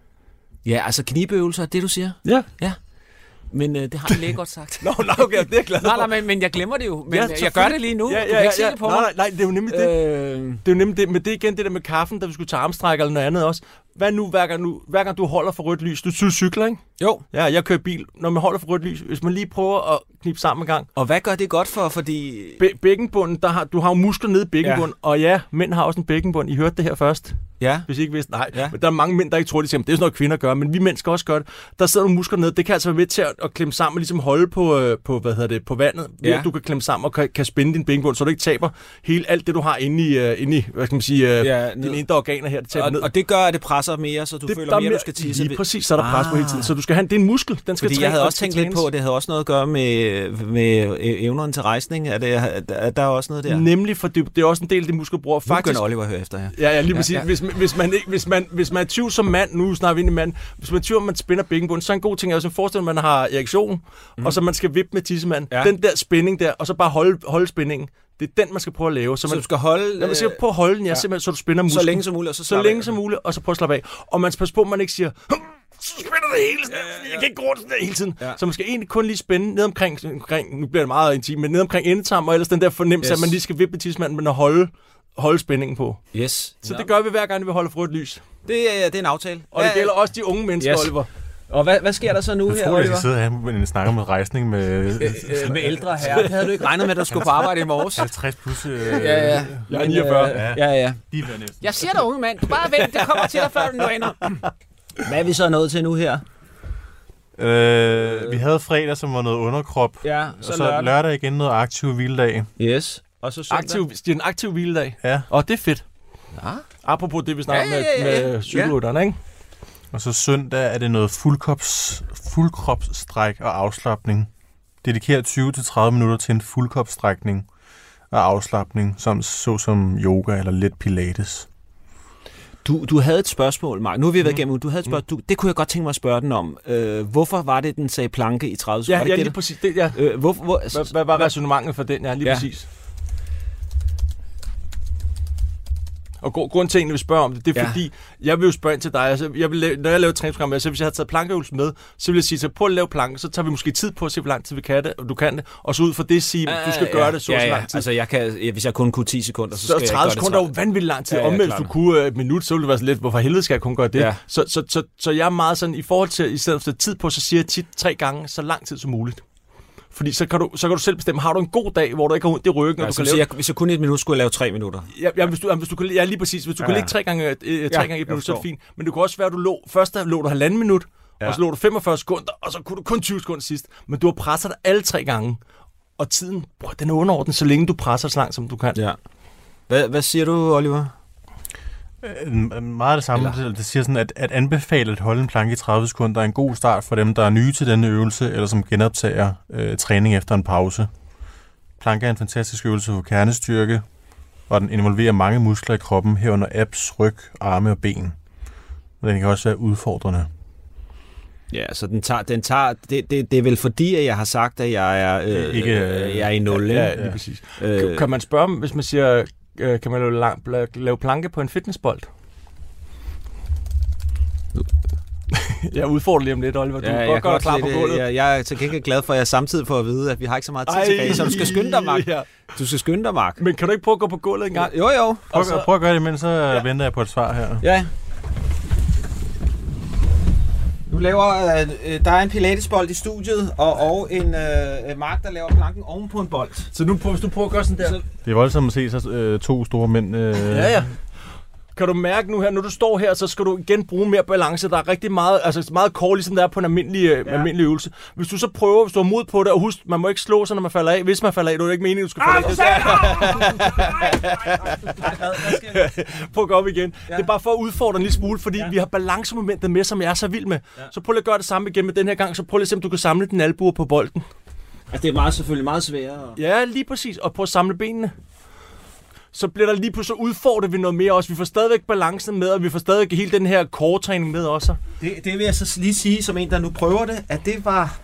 Ja, altså knibøvelser, det du siger? Ja. Ja. Men øh, det har jeg læge godt sagt. Nå, no, no, okay, det er jeg glad for. Nej, nej, men, men jeg glemmer det jo. Men ja, jeg gør det lige nu. Ja, ja, du kan ikke ja, se det på nej, mig. Nej, nej, det er jo nemlig det. Øh... Det er jo nemlig det. Men det er igen det der med kaffen, da vi skulle tage armstræk eller noget andet også. Hvad nu, hver gang, nu, hver gang du holder for rødt lys? Du synes cykler, ikke? Jo. Ja, jeg kører bil. Når man holder for rødt lys, hvis man lige prøver at knibe sammen en gang. Og hvad gør det godt for, fordi... Bæ- bækkenbunden, der har, du har jo muskler nede i bækkenbunden. Ja. Og ja, mænd har også en bækkenbund. I hørte det her først. Ja. Hvis I ikke vidste, nej. Ja. Men der er mange mænd, der ikke tror, de siger, det er sådan noget, kvinder gør. Men vi mænd skal også gøre det. Der sidder nogle muskler nede. Det kan altså være med til at, at klemme sammen og ligesom holde på, øh, på, hvad hedder det, på vandet. Ja. Du kan klemme sammen og kan, kan spænde din bækkenbund, så du ikke taber hele alt det, du har inde i, uh, inde i hvad skal man sige, uh, ja, dine indre organer her. Det taber og, ned. Og det gør, at det presser mere, så du det, føler mere, mere, du skal tisse. Lige præcis, så er der pres på hele tiden. Så du skal have, det er en muskel, den skal Fordi træne. Jeg havde også tænkt lidt på, at det havde også noget at gøre med, med evnerne til rejsning. Er, det, er der også noget der? Nemlig, for det, det er også en del af det muskelbrug. Faktisk, nu Oliver at høre efter her. Ja, ja, lige præcis. Ja, ja. Hvis, hvis, man ikke, hvis, man, hvis man er tyv som mand, nu snakker vi ind i mand, hvis man er tyv, man spænder bækkenbunden, så er en god ting, at forestille, at man har erektion, mm. og så man skal vippe med tissemanden. Ja. Den der spænding der, og så bare holde, holde spændingen. Det er den, man skal prøve at lave. Så, så man, du skal holde... Ja, man skal prøve at holde den, ja, ja. Simpelthen, så du spænder musklen. Så længe som muligt, og så Så længe som muligt, og så prøve at slappe af. Og man skal passe på, at man ikke siger... Så spænder det hele tiden. Ja, ja. Jeg kan ikke gå det hele tiden. Ja. Så man skal egentlig kun lige spænde ned omkring, omkring nu bliver det meget intimt, men ned omkring endetarmen, og ellers den der fornemmelse, yes. at man lige skal vippe tidsmanden, men at holde, holde spændingen på. Yes. Så ja. Det gør vi hver gang, vi holder for rødt lys. Det er, det er en aftale. Og ja, det gælder også de unge mennesker, yes. Oliver. Og hvad, hvad sker der så nu jeg her, tror, Oliver? Jeg sidder her og snakker med rejsning med... Øh, øh, med ældre herrer. Det havde du ikke regnet med, at du skulle på arbejde i morges. halvtreds plus... Øh, ja, ja. Jeg er niogfyrre. Ja, ja. ja. De er næsten. Jeg siger dig, unge mand. Du bare vent, det kommer til dig, før du ender. Hvad er vi så nået til nu her? Øh, vi havde fredag, som var noget underkrop. Ja, så, og så lørdag. lørdag igen noget aktiv hviledag. Yes. Og så søndag. Aktiv, det er en aktiv hviledag. Ja. Og det er fedt. Ja. Apropos det, vi snakker ja, ja, ja, ja. med, med cykelrytterne, ja. Ikke? Og så søndag er det noget fuldkrops, fuldkropsstræk og afslapning. Dedikerer tyve til tredive minutter til en fuldkropsstrækning og afslapning, som, såsom yoga eller let pilates. Du, du havde et spørgsmål, Mark. Nu har vi været igennem. Du havde et spørgsmål. Du, det kunne jeg godt tænke mig at spørge den om. Øh, hvorfor var det, den sagde planke i tredive sekunder? Ja, ja, lige det, præcis. Det, ja. Øh, hvor, hvor, hvad, hvad var resonemanget for den? Ja, lige ja. præcis. Og grunden til, at jeg vil spørge om det, det er ja. fordi, jeg vil jo spørge ind til dig. Altså, jeg vil lave, når jeg laver et træningsprogram, altså hvis jeg havde taget plankeøvelsen med, så vil jeg sige, så prøv at lave planke, så tager vi måske tid på at se, hvor lang tid vi kan det, og du kan det, og så ud fra det sige, du skal gøre ja, det så, ja, så ja. lang tid. Altså, jeg kan, hvis jeg kun kunne ti sekunder, så, så skal jeg tredive gøre sekunder er jo vanvittigt lang tid. Ja, ja, omvendt, hvis du kunne et minut, så ville det være så lidt, hvorfor helvede skal jeg kun gøre det? Ja. Så, så, så, så jeg er meget sådan, i forhold til, i stedet for tid på, så siger jeg tit tre gange, så lang tid som muligt. Fordi så kan, du, så kan du selv bestemme, har du en god dag, hvor du ikke har ondt i ryggen, ja, og du kan lave... jeg, hvis jeg kun et minut skulle jeg lave tre minutter. Ja, ja, hvis du, hvis du kan, ja lige præcis. Hvis du ja, kan ligge tre gange, øh, tre ja, gange et minut, så er det fint. Men det kunne også være, at du lå, først der lå du halvanden minut, ja. og så lå du femogfyrre sekunder, og så kunne du kun tyve sekunder sidst. Men du har presset dig alle tre gange, og tiden, bror, den er underordnet, så længe du presser så langt, som du kan. Ja. Hvad, hvad siger du, Oliver? Meget af det samme. Eller? Det siger sådan, at, at anbefale at holde en planke i tredive sekunder er en god start for dem, der er nye til denne øvelse, eller som genoptager øh, træning efter en pause. Planke er en fantastisk øvelse for kernestyrke, og den involverer mange muskler i kroppen, herunder abs, ryg, arme og ben. Og den kan også være udfordrende. Ja, så den tager, den tager det, det, det er vel fordi, at jeg har sagt, at jeg er, øh, ikke, øh, jeg er i nul. Ja, ja, lige præcis. Øh, kan man spørge, hvis man siger, øh, kan man lave, lang, lave planke på en fitnessbold? Jeg udfordrer lige om lidt, Oliver. Du ja, kan godt gøre dig klar på gulvet. Jeg, jeg er til gengæld glad for, at jeg samtidig får at vide, at vi har ikke så meget tid Ej, tilbage, så du skal skynde dig, Mark. Ja. Du skal skynde dig, Mark. Men kan du ikke prøve at gå på gulvet en gang? Jo, jo. Prøv, så... prøv at gøre det, mens så ja. venter jeg på et svar her. Ja. Nu laver, øh, der er en pilatesbold i studiet, og, og en øh, Mark, der laver planken oven på en bold. Så nu, hvis du prøver at gøre sådan der. Så... Det er voldsomt at se så øh, to store mænd. Øh... Ja, ja. Kan du mærke nu her, når du står her, så skal du igen bruge mere balance. Der er rigtig meget, altså meget kort, ligesom der er på en almindelig, ja. almindelig øvelse. Hvis du så prøver, hvis du har mod på det, og husk, man må ikke slå sig, når man falder af. Hvis man falder af, det er det ikke meningen, du skal falde af. Prøv at gå op igen. Ja. Det er bare for at udfordre en lille smule, fordi ja. vi har balancemomentet med, som jeg er så vild med. Ja. Så prøv lige at gøre det samme igen med den her gang. Så prøv lige at se, om du kan samle dine albuer på bolden. Altså, det er meget, selvfølgelig meget sværere. Ja, lige præcis. Og prøv at samle benene. Så bliver der lige pludselig udfordret vi noget mere også. Vi får stadigvæk balancen med, og vi får stadigvæk hele den her core-træning med også. Det, det vil jeg så lige sige, som en, der nu prøver det, at det var...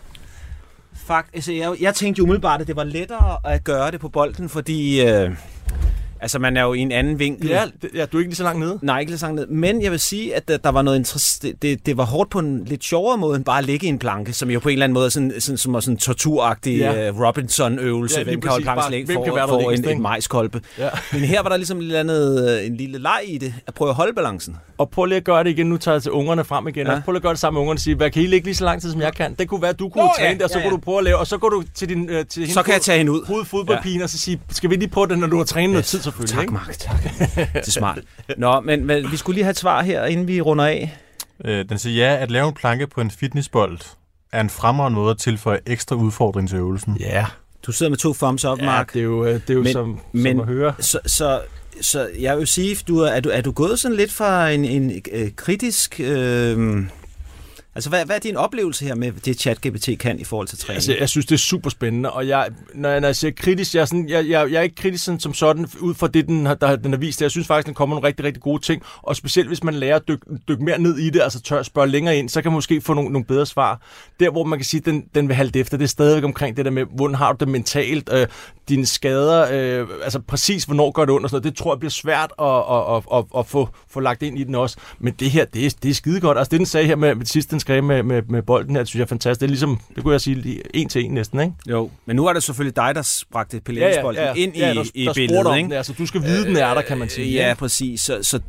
Fakt, altså jeg, jeg tænkte jo umiddelbart, at det var lettere at gøre det på bolden, fordi... Øh, altså, man er jo i en anden vinkel. Ja, det, ja, du er ikke lige så langt nede. Nej, ikke lige så langt nede. Men jeg vil sige, at der, der var noget interessant. Det, det, det var hårdt på en lidt sjovere måde, end bare at ligge i en planke, som jo på en eller anden måde er sådan, sådan, som er sådan en torturagtig ja. uh, Robinson-øvelse. Ja, hvem kan holde planken længe for, for en, en majskolbe. Ja. Men her var der ligesom en, andet, en lille leg i det, at prøve at holde balancen. Og prøv lige at gøre det igen. Nu tager jeg til ungerne frem igen. Ja. Og prøv lige at gøre det sammen med ungerne og sige, hvad kan I ligge lige så lang tid, som jeg kan? Det kunne være, at du kunne oh, træne ja, det, og så ja, ja. kunne du prøve at lave, og så går du til din uh, til så kan jeg tage hende ud. Hovedfodboldpigen, ja. og så sige, skal vi lige på det, når du har trænet noget tid, selvfølgelig. Tak, Mark. Tak. Det er smart. Nå, men, men vi skulle lige have et svar her, inden vi runder af. Øh, den siger ja, at lave en planke på en fitnessbold er en fremragende måde at tilføje ekstra udfordring til øvelsen. Ja. Yeah. Du sidder med to thumbs up, Mark. Ja, det er jo, det er jo men, som, men, som at høre. Så, så, så jeg vil sige, du er, er, du, er du gået sådan lidt fra en, en øh, kritisk... Øh, Altså, hvad, hvad er din oplevelse her med det, ChatGPT kan i forhold til træning? Altså, jeg synes, det er super spændende, og jeg, når, jeg, når jeg siger kritisk, jeg er, sådan, jeg, jeg, jeg er ikke kritisk sådan, som sådan, ud fra det, den har, der, den har vist. Jeg synes faktisk, den kommer nogle rigtig, rigtig gode ting, og specielt hvis man lærer at dykke, dykke mere ned i det, altså tør spørge længere ind, så kan man måske få nogle, nogle bedre svar. Der, hvor man kan sige, at den, den vil halte efter, det er stadigvæk omkring det der med, hvordan har du det mentalt, øh, dine skader, øh, altså præcis, hvornår gør det ondt og sådan noget. Det tror jeg bliver svært at, at, at, at, at få, få lagt ind i den også. Men det her, det er, det er skide godt. Altså, det den sagde her med, med sidst, den skrev med, med, med bolden her, det synes jeg er fantastisk. Det er ligesom, det kunne jeg sige, en til en næsten, ikke? Jo, men nu er det selvfølgelig dig, der bragte pilatesbolden ja, ja, ja. ind ja, i, der, i der billedet, ikke? Den, altså, du skal vide, øh, den er der, kan man sige. Ja, ja. Præcis. Så... så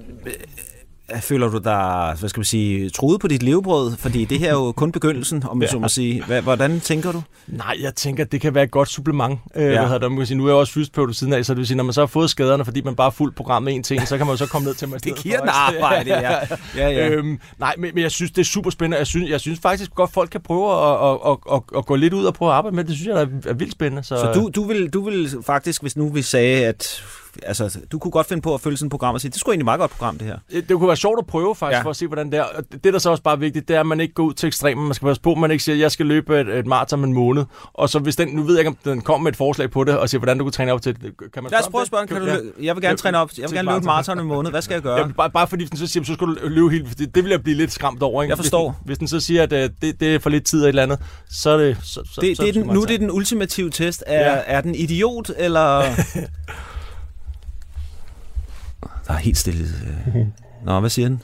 føler du dig, hvad skal man sige, truet på dit levebrød? Fordi det her er jo kun begyndelsen, om jeg ja. så må sige. Hvordan tænker du? Nej, jeg tænker, at det kan være et godt supplement. Ja. Øh, hvad der, man kan sige, nu er jeg også fysioterapeut siden af, så det vil sige, når man så har fået skaderne, fordi man bare har fuldt program med en ting, så kan man jo så komme ned til mig. Det giver den arbejde, ja. ja, ja. Øhm, nej, men, men jeg synes, det er super spændende. Jeg synes, jeg synes faktisk godt, folk kan prøve at, at, at, at, at gå lidt ud og prøve at arbejde med det. Det synes jeg er, er vildt spændende. Så, så du, du, vil, du vil faktisk, hvis nu vi sagde, at altså, du kunne godt finde på at følge sådan et program og sige, det skulle egentlig et meget godt program, det her. Det, det kunne være sjovt at prøve faktisk, ja. for at se, hvordan det er. Og det, der så også bare er vigtigt, det er, at man ikke går ud til ekstremer. Man skal passe på, at man ikke siger, at jeg skal løbe et, et maraton om en måned. Og så hvis den, nu ved jeg ikke, om den kommer med et forslag på det, og siger, hvordan du kunne træne op til det. Kan man Lad os prøve at spørge, kan du løbe? Jeg vil gerne træne op. Jeg vil gerne løbe et maraton om en måned. Hvad skal jeg gøre? Ja, bare, bare fordi den så siger, så skal du løbe helt. Det, det vil jeg blive lidt skræmt over, ikke? Jeg forstår. Hvis, hvis den så siger, at uh, det, det er for lidt tid og et eller andet, så er det... Så, så, det, så, det er den, nu er det den ultimative test. Er, ja. er den idiot, eller... Der er helt stille. Nå, hvad siger den?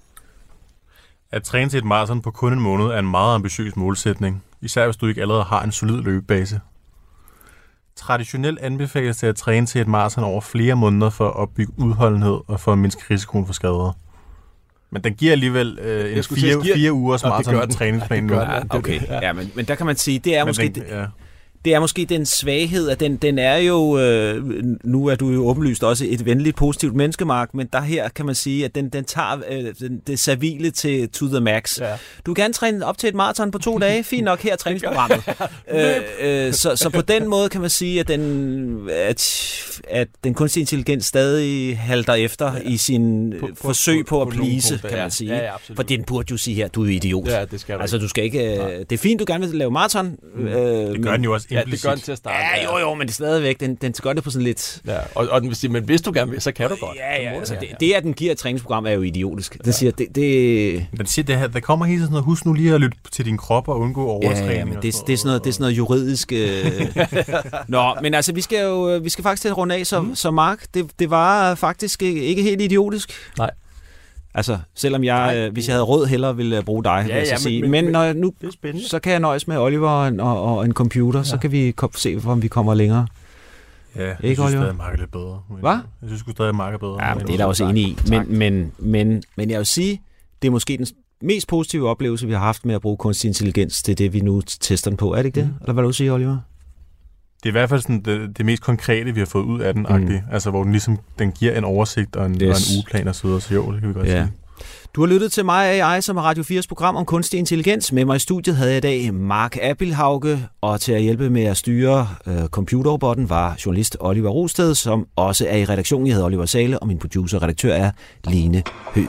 At træne til et maraton på kun en måned er en meget ambitiøs målsætning, især hvis du ikke allerede har en solid løbebase. Traditionelt anbefales det at træne til et maraton over flere måneder for at opbygge udholdenhed og for at mindske risikoen for skader. Men den giver alligevel øh, en fire, sige, fire ugers maraton-træningsplan nu. Ja, okay, ja, men, men der kan man sige, det er men måske... Den, ja. Det er måske den svaghed, at den, den er jo, øh, nu er du jo åbenlyst også et venligt, positivt menneske, Mark, men der her kan man sige, at den, den tager øh, den, det servile til to the max. Ja. Du kan træne op til et maraton på to dage, fint nok her træningsprogrammet. øh, øh, så, så på den måde kan man sige, at den, at, at den kunstige intelligens stadig halter efter ja. i sin på, på, forsøg på, på, på at please, kan man sige. Ja, ja, for den burde jo sige her, du er idiot. Ja, det skal du altså, du skal ikke... Øh, det er fint, du gerne vil lave maraton. Mm. Øh, det gør den jo også. Ja, det gør den til at starte. Ja, jo, jo, men det er stadigvæk, den, den gør det på sådan lidt... Ja, og, og den vil sige, men hvis du gerne vil, så kan du godt. Ja, ja, altså det, det, at den giver et træningsprogram, er jo idiotisk. Den ja. siger, det... det... Den siger, det her, der kommer hele tiden noget, husk nu lige at lytte til din krop og undgå overtræning. Ja, ja, men det, det, det, er sådan noget, det er sådan noget juridisk... Øh... Nå, men altså, vi skal jo vi skal faktisk til at runde af, så, mm. så Mark, det, det var faktisk ikke helt idiotisk. Nej. Altså, selvom jeg, øh, hvis jeg havde råd, hellere ville bruge dig, ja, vil jeg ja, sige. Men, men, men når jeg nu, så kan jeg nøjes med Oliver og, og, og en computer, ja. så kan vi se, om vi kommer længere. Ja, jeg ikke, synes Oliver? stadig, Mark er lidt bedre. Hvad? Jeg synes sgu stadig, Mark er bedre. Ja, men det er der også enig i. Men, men, men, men jeg vil sige, det er måske den mest positive oplevelse, vi har haft med at bruge kunstig intelligens. Det er det, vi nu tester den på. Er det ikke det? Mm. Eller hvad vil du sige, Oliver? Det er i hvert fald sådan det, det mest konkrete, vi har fået ud af den, mm. altså hvor den ligesom den giver en oversigt og en, yes. og en ugeplan og så videre. Så jo, det kan vi godt ja. sige. Du har lyttet til mig og A I, som er Radio fires program om kunstig intelligens. Med mig i studiet havde jeg i dag Mark Abildhauge, og til at hjælpe med at styre øh, computerrobotten var journalist Oliver Rosted, som også er i redaktionen. Jeg hedder Oliver Sale, og min producer og redaktør er Lene Høg.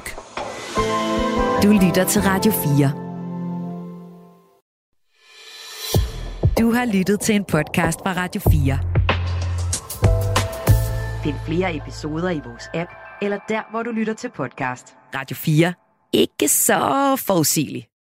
Du lytter til Radio fire. Du har lyttet til en podcast fra Radio fire. Find flere episoder i vores app, eller der, hvor du lytter til podcast. Radio fire. Ikke så forudsigeligt.